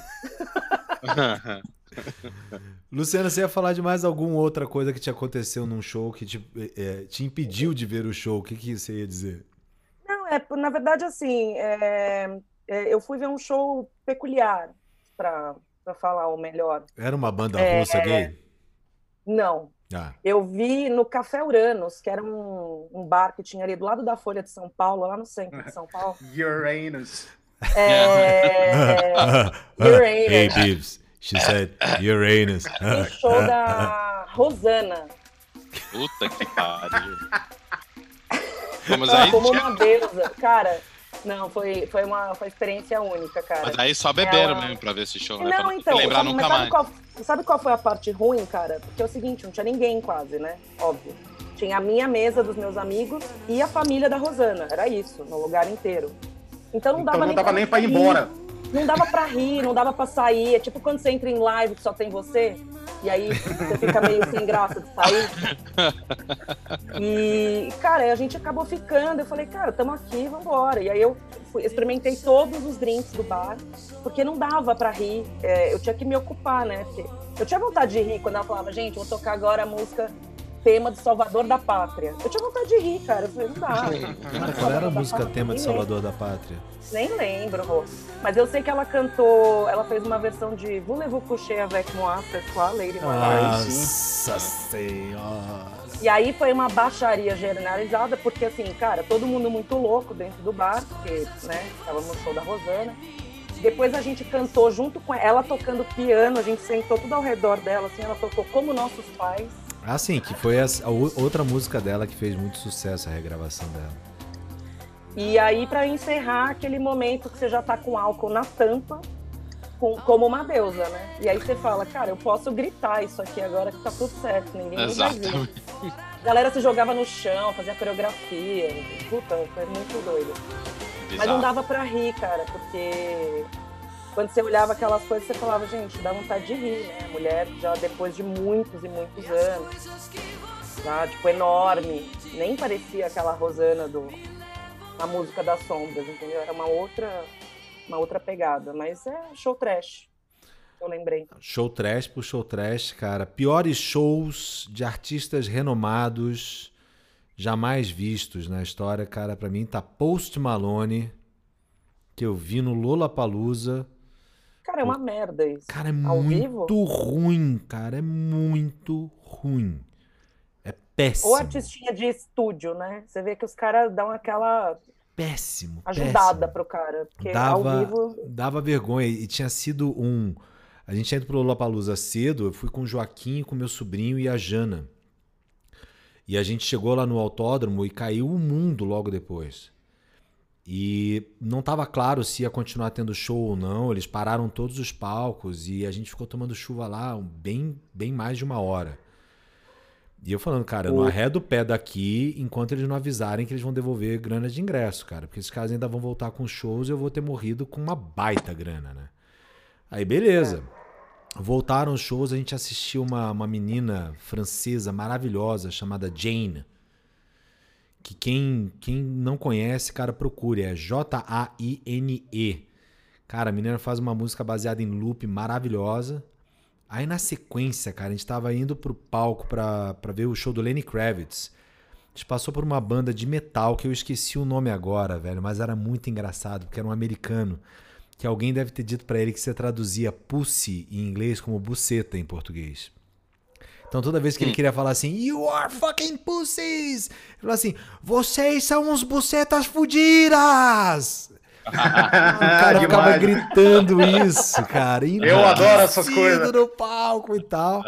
Luciana, você ia falar de mais alguma outra coisa que te aconteceu num show que te, é, te impediu de ver o show? O que, que você ia dizer? Não, é, na verdade, assim, é, é, eu fui ver um show peculiar, pra, pra falar o melhor. Era uma banda É, russa gay? Não, Ah, eu vi no Café Uranus, que era um, um bar que tinha ali do lado da Folha de São Paulo, lá no centro de São Paulo. Uranus. É, Uranus. Hey, Bibbs. She said Uranus. O show da Rosana. Puta que pariu. Mas aí, Como uma deusa. Cara, não, foi, foi, uma, foi uma experiência única, cara. mas aí só beberam Ela- mesmo pra ver esse show, né? Pra Não, não então, lembrar sabe, nunca mas sabe mais. qual, sabe qual foi a parte ruim, cara? Porque é o seguinte, não tinha ninguém quase, né? Óbvio. Tinha a minha mesa dos meus amigos e a família da Rosana. Era isso, no lugar inteiro. Então não dava, Então não nem, dava pra nem pra ir rir. embora. Não dava pra rir, não dava pra sair. É tipo quando você entra em live que só tem você, e aí você fica meio sem graça de sair. E, cara, a gente acabou ficando. Eu falei, cara, estamos aqui, vambora. E aí eu fui, experimentei todos os drinks do bar, porque não dava pra rir. É, eu tinha que me ocupar, né? Porque eu tinha vontade de rir quando ela falava, gente, vou tocar agora a música tema de Salvador da Pátria. Eu tinha vontade de rir, cara. Eu falei, não dá. Qual era a da música Pátria, tema de nem Salvador da Pátria? Nem lembro, Rô. Mas eu sei que ela cantou, ela fez uma versão de Voulez-vous coucher avec moi, c'est quoi, Lady Marmalade. Nossa Senhora. E aí foi uma baixaria generalizada, porque assim, cara, todo mundo muito louco dentro do bar, porque, né, tava no show da Rosana. Depois a gente cantou junto com ela, ela tocando piano, a gente sentou tudo ao redor dela, assim, ela tocou Como Nossos Pais. Ah, sim, que foi a, a o- outra música dela que fez muito sucesso, a regravação dela. E aí, pra encerrar, aquele momento que você já tá com álcool na tampa, com- como uma deusa, né? E aí você fala, cara, eu posso gritar isso aqui agora que tá tudo certo, ninguém vai ver. Exatamente. A galera se jogava no chão, fazia coreografia. Puta, foi muito doido. Mas não Bizarro. dava pra rir, cara, porque quando você olhava aquelas coisas, você falava, gente, dá vontade de rir, né? A mulher já depois de muitos e muitos anos, tá? Tipo, enorme. Nem parecia aquela Rosana do a música das sombras, entendeu? Era uma outra, uma outra pegada, mas é show trash, eu lembrei. Show trash pro show trash, cara. Piores shows de artistas renomados jamais vistos na história, cara. Pra mim tá Post Malone, que eu vi no Lollapalooza. Cara, é uma merda isso. Cara, é Ao muito vivo? ruim, cara. É muito ruim. É péssimo. Ou artistinha de estúdio, né? Você vê que os caras dão aquela péssimo, Ajudada péssimo. pro cara, porque Dava, ao vivo... dava vergonha. E tinha sido um... A gente tinha ido pro Lollapalooza cedo, eu fui com o Joaquim, com meu sobrinho e a Jana. E a gente chegou lá no autódromo e caiu o mundo logo depois. E não estava claro se ia continuar tendo show ou não. Eles pararam todos os palcos e a gente ficou tomando chuva lá bem, bem mais de uma hora. E eu falando, cara, eu não arredo o pé daqui enquanto eles não avisarem que eles vão devolver grana de ingresso, cara. Porque esses caras ainda vão voltar com shows e eu vou ter morrido com uma baita grana, né? Aí beleza. É. Voltaram os shows, a gente assistiu uma, uma menina francesa maravilhosa chamada Jane. Que quem, quem não conhece, cara, procure. É J A I N E. Cara, a menina faz uma música baseada em loop maravilhosa. Aí na sequência, cara, a gente tava indo pro palco pra, pra ver o show do Lenny Kravitz. A gente passou por uma banda de metal, que eu esqueci o nome agora, velho. Mas era muito engraçado, porque era um americano. Que alguém deve ter dito pra ele que você traduzia pussy em inglês como buceta em português. Então toda vez que ele queria falar assim, you are fucking pussies, ele falou assim, vocês são uns bucetas fudidas. O cara ficava gritando isso, cara. Eu adoro essas coisas. No palco e tal.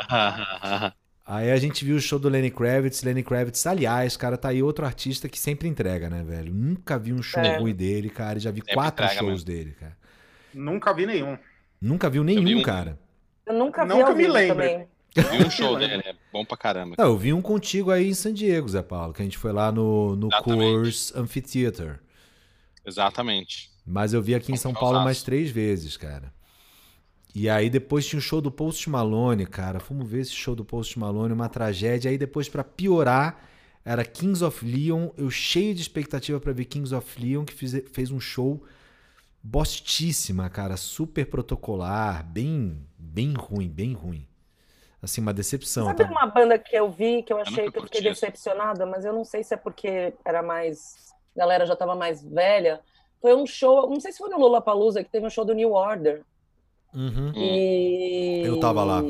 Aí a gente viu o show do Lenny Kravitz. Lenny Kravitz, aliás, cara, tá aí outro artista que sempre entrega, né, velho? Nunca vi um show é. ruim dele, cara. Já vi sempre quatro shows mesmo. dele, cara. Nunca vi nenhum. Nunca viu nenhum, eu vi um... cara. Eu nunca vi Nunca ao me vivo lembro. também. Eu vi um show dele, é bom pra caramba. Não, eu vi um contigo aí em San Diego, Zé Paulo, que a gente foi lá no, no Coors Amphitheater. Exatamente. Mas eu vi aqui em São Paulo mais três vezes, cara. E aí depois tinha o show do Post Malone, cara. Fomos ver esse show do Post Malone, uma tragédia. Aí depois, pra piorar, era Kings of Leon. Eu cheio de expectativa pra ver Kings of Leon, que fez, fez um show bostíssima, cara. Super protocolar, bem, bem ruim, bem ruim. Assim, uma decepção. Sabe tá? uma banda que eu vi, que eu achei eu que eu fiquei curti decepcionada, mas eu não sei se é porque era mais... A galera já tava mais velha. Foi um show, não sei se foi no Lollapalooza, que teve um show do New Order. Uhum. E... Eu tava lá.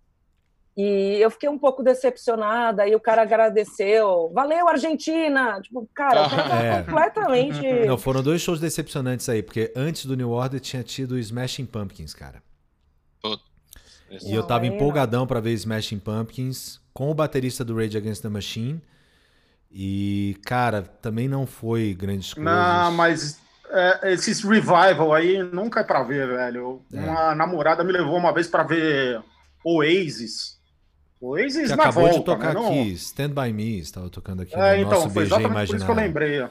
E eu fiquei um pouco decepcionada, aí o cara agradeceu. Valeu, Argentina! Tipo, cara, o cara tava É. completamente... Não, foram dois shows decepcionantes aí, porque antes do New Order tinha tido o Smashing Pumpkins, cara. E eu tava Não, aí empolgadão pra ver Smashing Pumpkins com o baterista do Rage Against the Machine. E, cara, também não foi grandes coisas. Não, mas é, esses revival aí nunca é pra ver, velho. É. Uma namorada me levou uma vez pra ver Oasis. Oasis Que na acabou volta, de tocar né? aqui, Não... Stand By Me, estava tocando aqui É, no então, nosso foi B G exatamente por isso que eu imaginário. lembrei.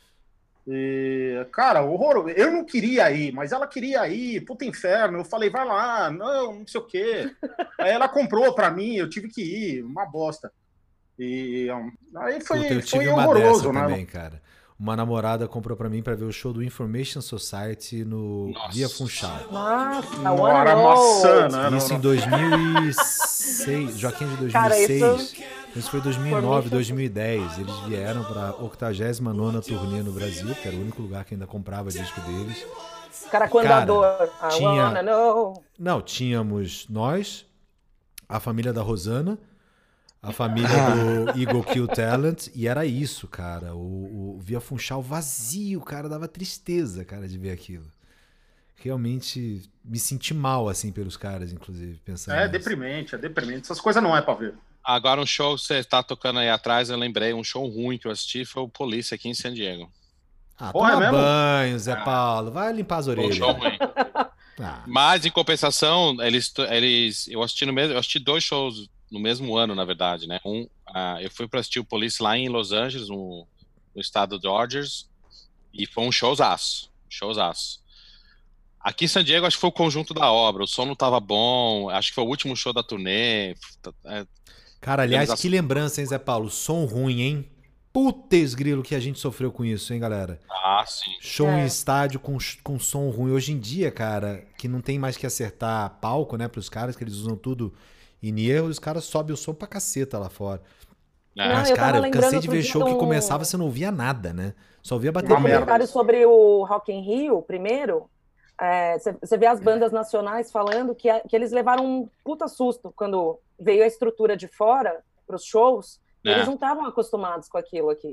E, cara, horror. Eu não queria ir, mas ela queria ir, puta inferno. Eu falei, vai lá, não, não sei o quê. Aí ela comprou pra mim, eu tive que ir, uma bosta. E aí foi, Puta, eu tive foi uma horroroso, dessa né? também, cara. Uma namorada comprou pra mim pra ver o show do Information Society no Nossa. Via Funchal. Nossa, Não One era and maçã, All. né? Não, Isso não. em dois mil e seis, Joaquim de dois mil Cara, e seis. isso- Isso foi dois mil e nove, dois mil e dez. Eles vieram pra octagésima nona turnê no Brasil, que era o único lugar que ainda comprava disco deles. Cara, com Cara, andador. I tinha- wanna know. Não, tínhamos nós, a família da Rosana, a família do Eagle Kill Talent, e era isso, cara. O, o Via Funchal vazio, cara, dava tristeza, cara, de ver aquilo. Realmente me senti mal, assim, pelos caras, inclusive, pensando É nisso. deprimente, é deprimente. Essas coisas não é pra ver. Agora um show que você tá tocando aí atrás, eu lembrei, um show ruim que eu assisti foi o Police aqui em San Diego. Ah, Porra, toma é mesmo? banho, Zé Paulo. Vai limpar as Foi um orelhas. show ruim. Ah, Mas, em compensação, eles, eles, eu assisti no mesmo, eu assisti dois shows no mesmo ano, na verdade, né? Um, ah, eu fui para assistir o Police lá em Los Angeles, no, no estado de Dodgers, e foi um showzaço, showzaço. Aqui em San Diego, acho que foi o conjunto da obra, o som não tava bom, acho que foi o último show da turnê. É, cara, aliás, Organização. que lembrança, hein, Zé Paulo? Som ruim, hein? Putz, grilo, que a gente sofreu com isso, hein, galera? ah, sim. Show É. em estádio com, com som ruim. Hoje em dia, cara, que não tem mais que acertar palco, né, pros caras, que eles usam tudo em erro, os caras sobem o som pra caceta lá fora. É. Não, Mas, eu tava cara, eu lembrando cansei de ver outro dia show que de um- começava, você não ouvia nada, né? Só ouvia Um bateria. merda. comentário sobre o Rock in Rio, primeiro. É, Você vê as bandas nacionais falando que, a- que eles levaram um puta susto quando veio a estrutura de fora para os shows. E É. eles não estavam acostumados com aquilo aqui.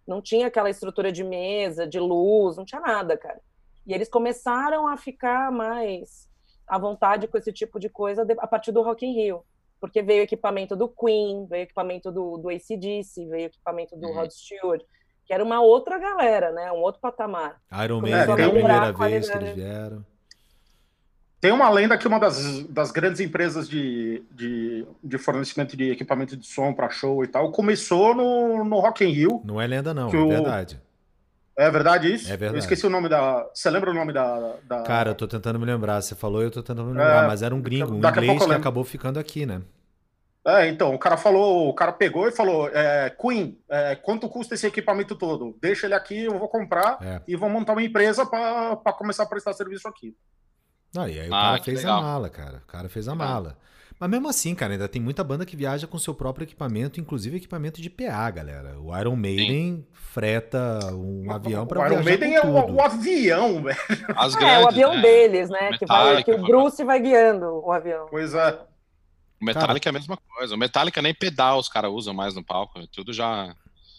Não tinha aquela estrutura de mesa, de luz, não tinha nada, cara. E eles começaram a ficar mais à vontade com esse tipo de coisa a partir do Rock in Rio. Porque veio equipamento do Queen, veio equipamento do, do A C D C, veio equipamento do Rod Stewart, que era uma outra galera, né? Um outro patamar. Iron Maiden, é, a primeira vez que eles vieram. Tem uma lenda que uma das, das grandes empresas de, de, de fornecimento de equipamento de som para show e tal começou no, no Rock in Rio. Não é lenda não, é o... verdade. É verdade isso? É verdade. Eu esqueci o nome da... Você lembra o nome da... da... Cara, eu tô tentando me lembrar. Você falou e eu tô tentando me lembrar, é... mas era um gringo, um inglês que acabou ficando aqui, né? É, então, o cara falou, o cara pegou e falou, é, Queen, é, quanto custa esse equipamento todo? Deixa ele aqui, eu vou comprar é. e vou montar uma empresa para começar a prestar serviço aqui. Ah, e aí ah, o cara fez legal. a mala, cara. O cara fez a mala. Mas mesmo assim, cara, ainda tem muita banda que viaja com seu próprio equipamento, inclusive equipamento de P A, galera. O Iron Maiden Sim. freta um o, avião para viajar. O Iron Maiden é o, o avião, velho. As é, grandes, o avião né? deles, né? Que, vai, que o Bruce vai... vai guiando o avião. Pois é. O Metallica cara, é a mesma coisa. O Metallica nem pedal os caras usam mais no palco. Tudo já...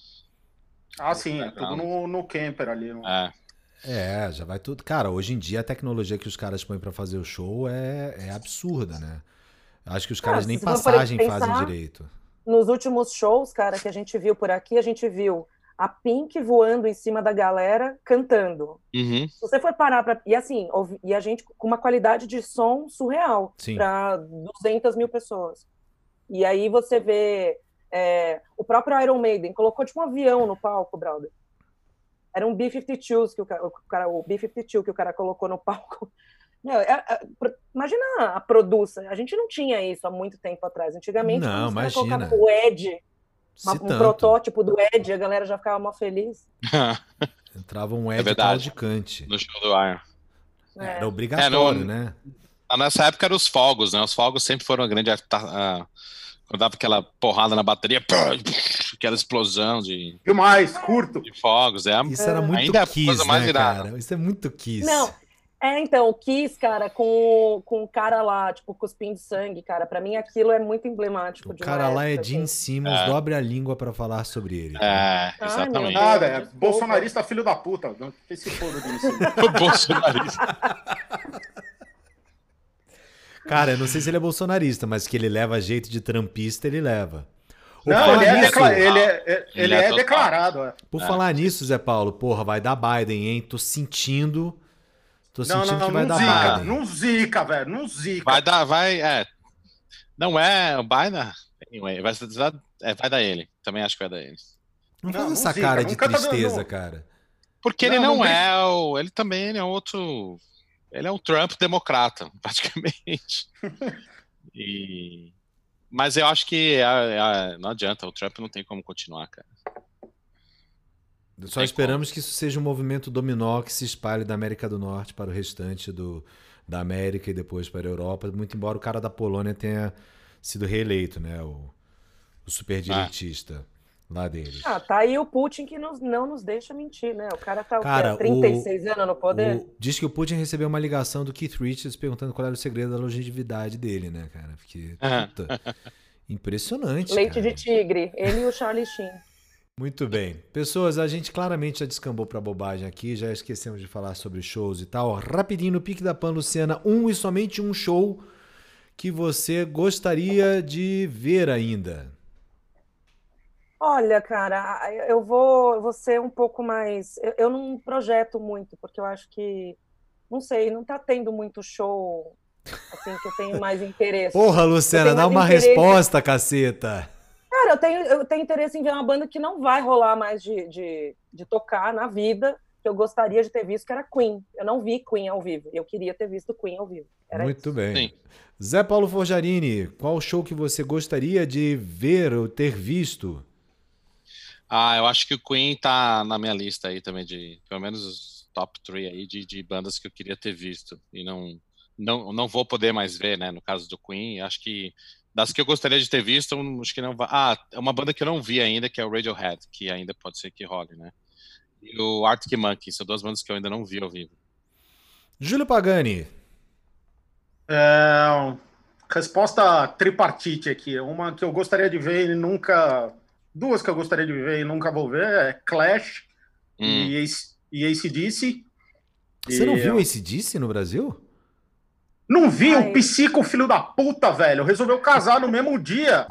Ah, sim. É tudo no, no camper ali. No... É. É, já vai tudo. Cara, hoje em dia a tecnologia que os caras põem pra fazer o show é, é absurda, né? Acho que os caras ah, nem passagem fazem direito. Nos últimos shows, cara, que a gente viu por aqui, a gente viu a Pink voando em cima da galera, cantando. Uhum. Se você for parar pra... E assim, e a gente com uma qualidade de som surreal para duzentas mil pessoas. E aí você vê é, o próprio Iron Maiden colocou tipo um avião no palco, brother. Era um B cinquenta e dois que o cara, o, cara, o B cinquenta e dois que o cara colocou no palco. Meu, é, é, imagina a produção. A gente não tinha isso há muito tempo atrás. Antigamente, não, quando você colocava o Ed, uma, um protótipo do Ed, a galera já ficava mó feliz. Entrava um Ed é claudicante. No show do Iron. É. Era obrigatório, é, no, né? Nessa época eram os fogos, né? Os fogos sempre foram uma grande... Uh, quando dava aquela porrada na bateria, aquela explosão de... Demais, curto. De fogos. É, isso era muito ainda Kiss, né, irada. Cara? Isso é muito Kiss. Não, é, então, o Kiss, cara, com, com o cara lá, tipo, cuspindo sangue, cara, pra mim aquilo é muito emblemático. O de cara lá é Gene assim. Simmons, é. dobre a língua pra falar sobre ele. É, exatamente. Ah, Deus, é, bolsonarista filho da puta. Não se for do Gene Simmons. Bolsonarista. Cara, eu não sei se ele é bolsonarista, mas que ele leva jeito de trampista, ele leva. Por não, ele é, nisso, ele é, ele ele é, é declarado. É. Por é. falar nisso, Zé Paulo, porra, vai dar Biden, hein? Tô sentindo... Tô não, sentindo não, que vai não dar zica, Biden. Não zica, velho, não zica. Vai dar, vai, é... Não é o Biden... Anyway, vai, é, vai dar ele. Também acho que vai dar ele. Não, não faz essa zica, cara de tristeza, tá cara. Porque não, ele não, não é o... Ele também ele é outro... Ele é um Trump democrata, praticamente. e... Mas eu acho que é, é, não adianta, o Trump não tem como continuar, cara. Só esperamos como. que isso seja um movimento dominó que se espalhe da América do Norte para o restante do, da América e depois para a Europa, muito embora o cara da Polônia tenha sido reeleito, né? O, o superdireitista. Ah. Lá deles. Ah, tá aí o Putin que nos, não nos deixa mentir, né? O cara tá cara, o quê? trinta e seis o, anos no poder. O, diz que o Putin recebeu uma ligação do Keith Richards perguntando qual era o segredo da longevidade dele, né, cara? Porque, puta, impressionante. Leite cara. de tigre, ele e o Charlie Sheen. Muito bem. Pessoas, a gente claramente já descambou pra bobagem aqui, já esquecemos de falar sobre shows e tal. Rapidinho, no Pique da Pan, Luciana, um e somente um show que você gostaria de ver ainda. Olha, cara, eu vou, eu vou ser um pouco mais... Eu, eu não projeto muito, porque eu acho que, não sei, não tá tendo muito show assim que eu tenho mais interesse. Porra, Luciana, dá uma interesse... resposta, caceta! Cara, eu tenho, eu tenho interesse em ver uma banda que não vai rolar mais de, de, de tocar na vida, que eu gostaria de ter visto, que era Queen. Eu não vi Queen ao vivo, eu queria ter visto Queen ao vivo. Era muito isso. bem. Sim. Zé Paulo Forjarini, qual show que você gostaria de ver ou ter visto? Ah, eu acho que o Queen tá na minha lista aí também, de pelo menos os top três aí de, de bandas que eu queria ter visto. E não, não, não vou poder mais ver, né? No caso do Queen, acho que das que eu gostaria de ter visto, acho que não vai. Ah, é uma banda que eu não vi ainda, que é o Radiohead, que ainda pode ser que role, né? E o Arctic Monkeys, são duas bandas que eu ainda não vi ao vivo. Júlio Pagani. É, resposta tripartite aqui. Uma que eu gostaria de ver e nunca. duas que eu gostaria de ver e nunca vou ver é Clash Hum. e, Ace- e A C/D C. Você não E- viu A C/D C no Brasil? Não vi Ai. o psico, filho da puta, velho. Resolveu casar no mesmo dia.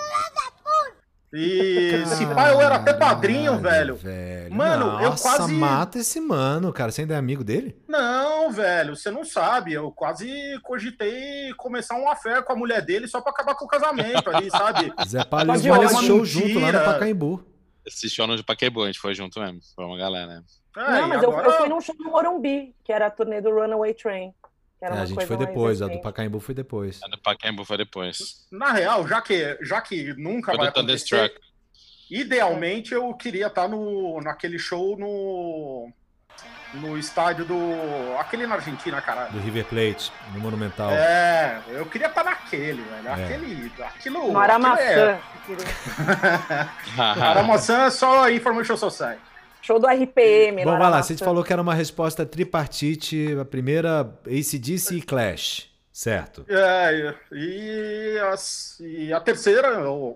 E se pá, eu era até padrinho, Caralho, velho. Mano, Nossa, eu quase- mata esse mano, cara. Você ainda é amigo dele? Não, velho, você não sabe. Eu quase cogitei começar uma fé com a mulher dele só pra acabar com o casamento ali, sabe? Zé Palha Tá e de o olho. show Mentira. junto lá no Pacaembu. Esse show no Pacaembu, a gente foi junto mesmo. Foi uma galera. É, Não, e mas eu, agora- eu fui num show no Morumbi, que era a turnê do Runaway Train. Que era É, uma a gente coisa foi mais depois, a do recente. Pacaembu foi depois. A do Pacaembu foi depois. Na real, já que, já que nunca Foi vai do acontecer, Thunderstruck. idealmente eu queria estar no, naquele show no, no estádio do... Aquele na Argentina, caralho. Do River Plate, no Monumental. É, eu queria estar naquele, velho. É. Aquele, aquilo... No Aramaçã. aquilo é- eu queria. Aramaçã é só Information Society. Show do R P M. Bom, no vai lá, Aramaçã. você falou que era uma resposta tripartite, a primeira A C/D C e Clash, certo? É, e, as- e a terceira, eu-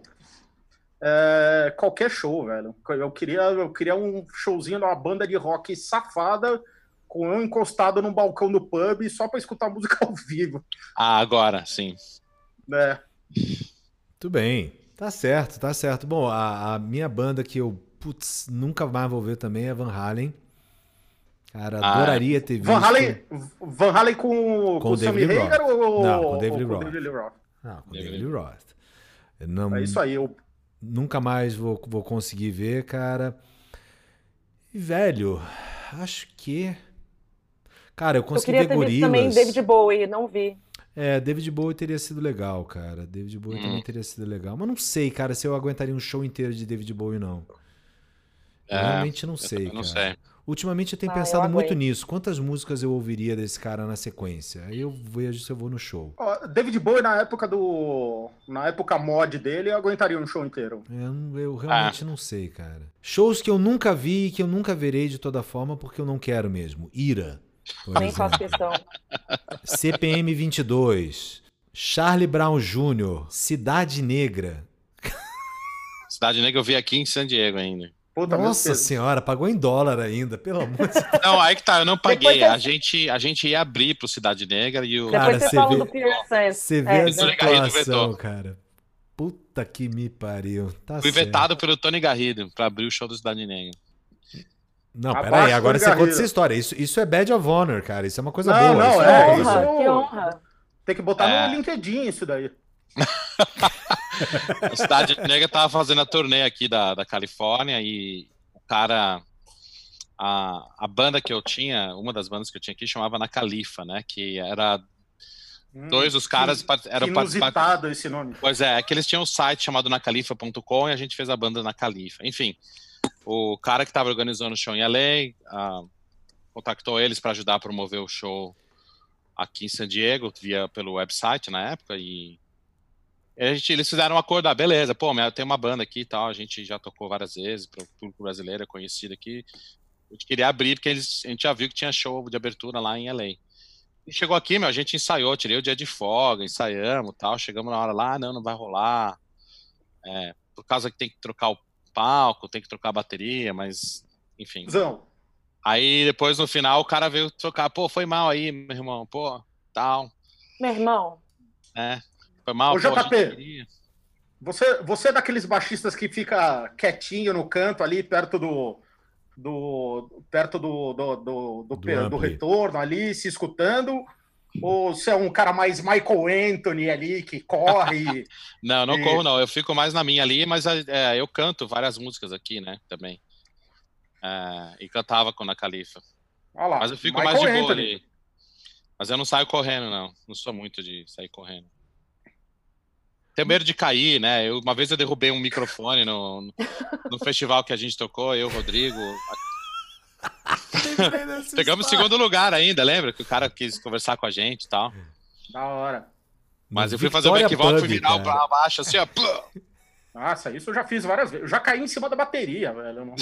é, qualquer show, velho. Eu queria, eu queria um showzinho de uma banda de rock safada, com eu encostado num balcão do pub só pra escutar música ao vivo. Ah, agora, sim. Né? Tudo bem, tá certo, tá certo. Bom, a, a minha banda que eu, putz, nunca mais vou ver também é Van Halen. Cara, Ah, adoraria ter visto. Van Halen, Van Halen com, com, o o Sammy David Roth. Hagar ou, Não, com o ou David com o Roth. David Lee Roth? Não, com o David David Roth. Eu não, É isso aí. Eu, Nunca mais vou, vou conseguir ver, cara. E, velho, acho que... Cara, eu Eu consegui queria ver ter visto também Gorillaz. David Bowie, não vi. É, David Bowie teria sido legal, cara. David Bowie Hum. também teria sido legal. Mas não sei, cara, se eu aguentaria um show inteiro de David Bowie, não. Eu É, realmente não eu sei, também não cara. sei. Ultimamente eu tenho Ah, pensado eu muito aguento. nisso. Quantas músicas eu ouviria desse cara na sequência? Aí eu vejo se eu vou no show. ó, David Bowie, na época do. Na época mod dele, eu aguentaria um show inteiro. Eu, não- eu Ah. realmente não sei, cara. Shows que eu nunca vi e que eu nunca verei de toda forma porque eu não quero mesmo. Ira, por Nem faço exemplo. questão. C P M vinte e dois. Charlie Brown Júnior Cidade Negra. Cidade Negra eu vi aqui em San Diego ainda. Puta, meu Nossa Deus. senhora, pagou em dólar ainda, pelo amor de Deus. Não, aí que tá, eu não Depois paguei. você- A gente, a gente ia abrir pro Cidade Negra e o. Cara, Depois você você fala vê- do Pure Sense. Você vê É, a Tony Garrido situação, vetou. cara. Puta que me pariu. Tá Fui certo. vetado pelo Tony Garrido pra abrir o show do Cidade Negra. Não, Abaixo peraí, agora do você conta Garrido. essa história. Isso, isso é badge of honor, cara. Isso é uma coisa Não, boa. não, isso Que é, uma isso coisa- honra, não- que honra. Tem que botar É. no LinkedIn isso daí. A Cidade Negra tava fazendo a turnê aqui da, da Califórnia e o cara. A, a banda que eu tinha, uma das bandas que eu tinha aqui, chamava Na Califa, né? Que era. Dois dos caras Que- part- eram que participantes. inusitado esse nome. Pois é, é que eles tinham um site chamado nacalifa ponto com e a gente fez a banda Na Califa. Enfim, o cara que estava organizando o show em L A ah, contactou eles para ajudar a promover o show aqui em San Diego, via pelo website na época, e a gente, eles fizeram um acordo, ah, beleza, pô, meu, tem uma banda aqui e tal, a gente já tocou várias vezes, pro público brasileiro é conhecido aqui, a gente queria abrir, porque eles, a gente já viu que tinha show de abertura lá em L A. E chegou aqui, meu, a gente ensaiou, tirei o dia de folga, ensaiamos e tal, chegamos na hora lá, ah, não, não vai rolar, é, por causa que tem que trocar o palco, tem que trocar a bateria, mas, enfim. Zão. Aí depois no final o cara veio trocar, pô, foi mal aí, meu irmão, pô, tal, Meu irmão, né? Foi mal, Ô, pô, J a gente P. queria. Você, você é daqueles baixistas que fica quietinho no canto ali, perto do. do perto do, do, do, do, Do pe- do ampli. retorno ali, se escutando? Ou você é um cara mais Michael Anthony ali, que corre? Não, não E- corro não, eu fico mais na minha ali, mas é, eu canto várias músicas aqui, né, também. É, e cantava com a Califa. Olha lá, Mas eu fico Michael mais de boa Anthony. ali. Mas eu não saio correndo, não. Não sou muito de sair correndo. Tenho medo de cair, né? Eu, uma vez eu derrubei um microfone no, no, no festival que a gente tocou, eu, Rodrigo. Pegamos segundo lugar ainda, lembra? Que o cara quis conversar com a gente e tal. Da hora. Mas No eu fui fazer o Victoria back-volta, fui Pub, virar o cara. pra baixo, assim, ó. pô. Nossa, isso eu já fiz várias vezes. Eu já caí em cima da bateria, velho. Eu não-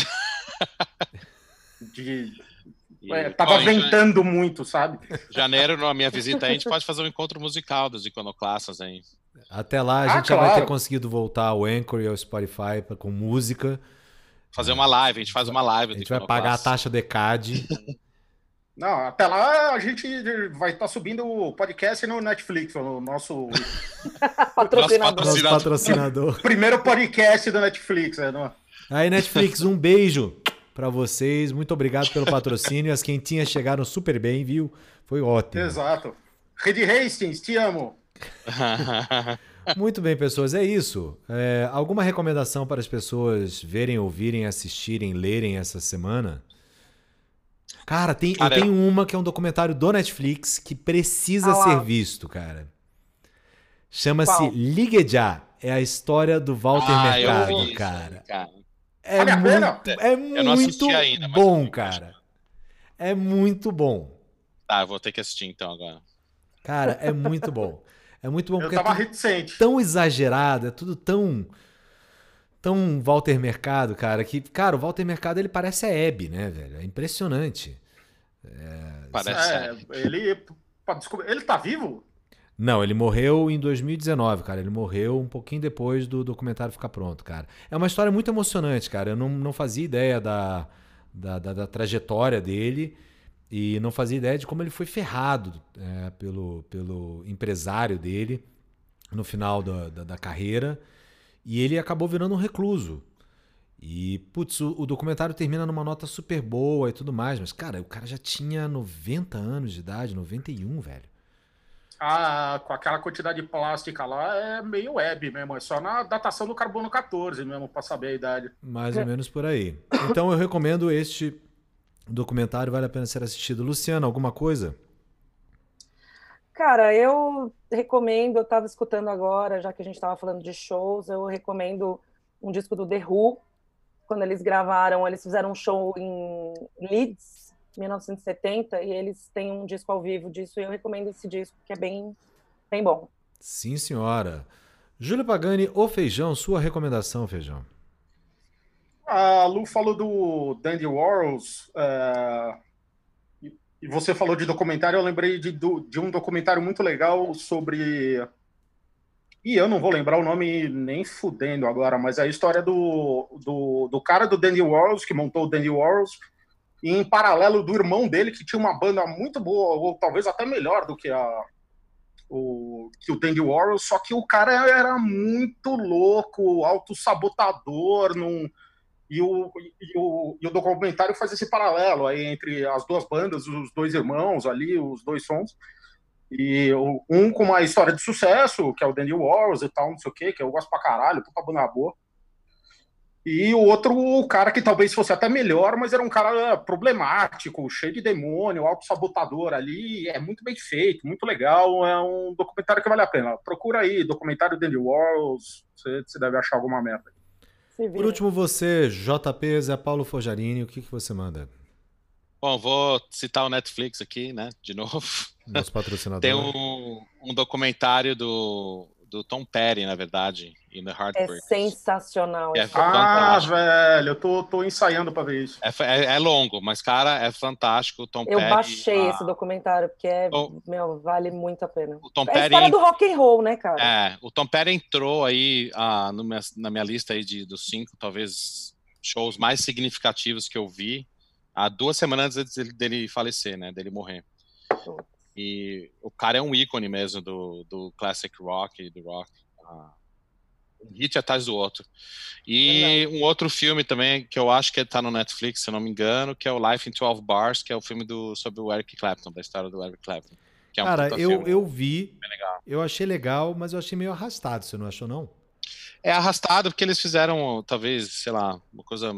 De- E, é, tava ó, em jane- ventando muito, sabe? janeiro, na minha visita aí, a gente pode fazer um encontro musical dos iconoclastas aí. Até lá a Ah, gente já vai claro. ter conseguido voltar ao Anchor e ao Spotify pra- com música. Fazer uma live, a gente faz uma live. A do gente vai pagar a Iconoclast. taxa do E C A D. Não, até lá a gente vai estar subindo o podcast no Netflix, o nosso Patrocinador. Nosso Patrocinado. patrocinador. primeiro podcast do Netflix. É, não? Aí, Netflix, um beijo pra vocês. Muito obrigado pelo patrocínio. As quentinhas chegaram super bem, viu? Foi ótimo. Exato. Rede Hastings, te amo. Muito bem, pessoas. É isso. É, alguma recomendação para as pessoas verem, ouvirem, assistirem, lerem essa semana? Cara, tem, Cara, eu tenho uma que é um documentário do Netflix que precisa Ah lá. ser visto, cara. Chama-se Qual? Ligue Já. É a história do Walter Ah, eu Mercado, vi isso, cara. cara. É Vale a pena? muito, é Eu não assisti muito ainda, mas eu bom, vi, cara. É muito bom. Tá, eu vou ter que assistir então agora. Cara, é muito bom. É muito bom Eu porque é tava tudo reticente. tão exagerado, é tudo tão tão Walter Mercado, cara, que, cara, o Walter Mercado ele parece a Hebe, né, velho? É impressionante. Parece. É, ele, pra descobrir- ele tá vivo? Não, ele morreu em dois mil e dezenove, cara. Ele morreu um pouquinho depois do documentário ficar pronto, cara. É uma história muito emocionante, cara. Eu não, não fazia ideia da, da, da- da trajetória dele e não fazia ideia de como ele foi ferrado é, pelo, pelo empresário dele no final da, da, da carreira. E ele acabou virando um recluso. E, putz, o, o documentário termina numa nota super boa e tudo mais. Mas, cara, o cara já tinha noventa anos de idade, noventa e um, velho. Ah, com aquela quantidade de plástica lá, é meio web mesmo. É só na datação do carbono quatorze mesmo, pra saber a idade. Mais ou menos por aí. Então eu recomendo este documentário, vale a pena ser assistido. Luciana, alguma coisa? Cara, eu recomendo, eu estava escutando agora, já que a gente estava falando de shows, eu recomendo um disco do The Who, quando eles gravaram, eles fizeram um show em Leeds, mil novecentos e setenta, e eles têm um disco ao vivo disso, e eu recomendo esse disco, que é bem, bem bom. Sim, senhora. Júlio Pagani, o Feijão, sua recomendação, Feijão. A Lu falou do Dandy Warhols, é, e- e você falou de documentário, eu lembrei de, do- de um documentário muito legal sobre... E eu não vou lembrar o nome nem fudendo agora, mas é a história do, do, do cara do Dandy Warhols, que montou o Dandy Warhols, e em paralelo do irmão dele, que tinha uma banda muito boa, ou talvez até melhor do que a, o, que o Dandy Warhols, só que o cara era muito louco, autossabotador, não, e, o, e, o, e o documentário faz esse paralelo aí entre as duas bandas, os dois irmãos ali, os dois sons, e o- um com uma história de sucesso, que é o Dandy Warhols e tal, não sei o que, que eu gosto pra caralho, puta banda boa. E o outro, o cara que talvez fosse até melhor, mas era um cara problemático, cheio de demônio, autossabotador ali, é muito bem feito, muito legal, é um documentário que vale a pena. Procura aí, documentário Dandy Warhols, você, você deve achar alguma merda. Se Por vira. último, você, J P, Zé Paulo Fojarini, o que, que você manda? Bom, vou citar o Netflix aqui, né? De novo. Nosso patrocinador. Tem um, um documentário do, do Tom Petty, na verdade, in The É Heartbreakers. sensacional. É esse fantástico. Ah, velho, eu tô, tô ensaiando pra ver isso. É, fa- é- é longo, mas, cara, é fantástico. O Tom Eu Petty, baixei ah, esse documentário, porque é, Oh. meu, vale muito a pena. o Tom É a Petty história do rock and roll, né, cara? É, o Tom Petty entrou aí ah, no minha- na minha lista aí de, dos cinco, talvez, shows mais significativos que eu vi há duas semanas antes dele, dele falecer, né, dele morrer. E o cara é um ícone mesmo do, do classic rock, do rock. ah, um hit atrás do outro. E um outro filme também, que eu acho que tá no Netflix, se eu não me engano, que é o Life in twelve Bars, que é o filme do, sobre o Eric Clapton, da história do Eric Clapton. Que é um Cara, puta eu, filme eu vi, bem legal. eu achei legal, mas eu achei meio arrastado, você não achou, não? É arrastado porque eles fizeram, talvez, sei lá, uma coisa.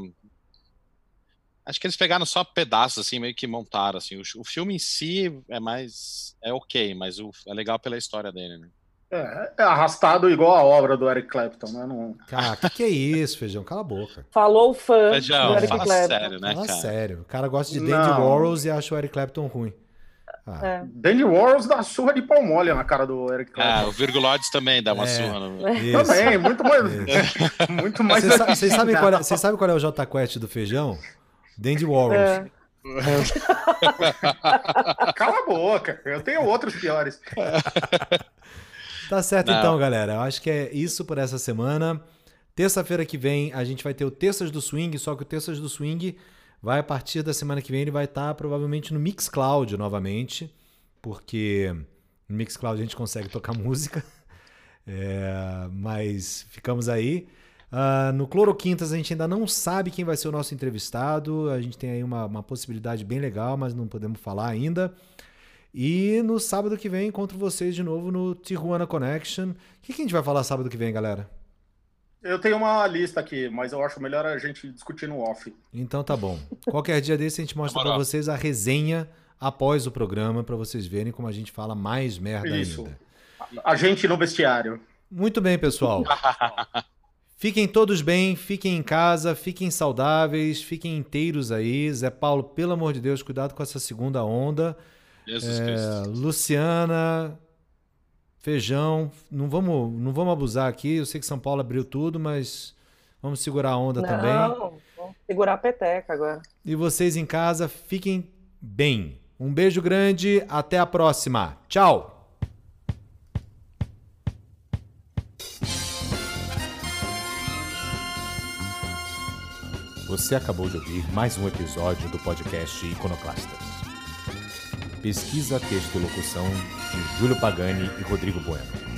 Acho que eles pegaram só pedaços, assim, meio que montaram, assim. O, o filme em si é mais. É ok, mas o, é legal pela história dele, né? É, é arrastado igual a obra do Eric Clapton, né? Não... Cara, que que é isso, Feijão? Cala a boca. Falou o fã Feijão, do Eric fala Clapton. sério, né, Fala cara? sério. O cara gosta de Não. Dandy Warhols e acha o Eric Clapton ruim. Ah, É. Dandy Warhols dá surra de pau mole na cara do Eric Ah, Clapton. o Virguloides também dá uma É. surra. No... isso. Também, muito mais. muito mais. Vocês sa- vocês sabem qual é, vocês sabem qual é o J Quest do Feijão? Dandy Warhols. É. Cala a boca, eu tenho outros piores. Tá certo. Não. Então, galera. Eu acho que é isso por essa semana. Terça-feira que vem a gente vai ter o Terças do Swing, só que o Terças do Swing vai, a partir da semana que vem, ele vai estar provavelmente no Mixcloud novamente, porque no Mixcloud a gente consegue tocar música, é, mas ficamos aí. Uh, no Cloroquintas a gente ainda não sabe quem vai ser o nosso entrevistado, a gente tem aí uma, uma possibilidade bem legal, mas não podemos falar ainda. E no sábado que vem encontro vocês de novo no Tijuana Connection. O que, que a gente vai falar sábado que vem, galera? Eu tenho uma lista aqui, mas eu acho melhor a gente discutir no off. Então tá bom. Qualquer dia desse a gente mostra para vocês a resenha após o programa, para vocês verem como a gente fala mais merda Isso. ainda. A gente no vestiário. Muito bem, pessoal. Fiquem todos bem, fiquem em casa, fiquem saudáveis, fiquem inteiros aí. Zé Paulo, pelo amor de Deus, cuidado com essa segunda onda. Jesus É, Cristo. Luciana, Feijão, não vamos, não vamos abusar aqui. Eu sei que São Paulo abriu tudo, mas vamos segurar a onda Não, também. vamos segurar a peteca agora. E vocês em casa, fiquem bem. Um beijo grande, até a próxima. Tchau! Você acabou de ouvir mais um episódio do podcast Iconoclastas. Pesquisa, texto e locução de Júlio Pagani e Rodrigo Bueno.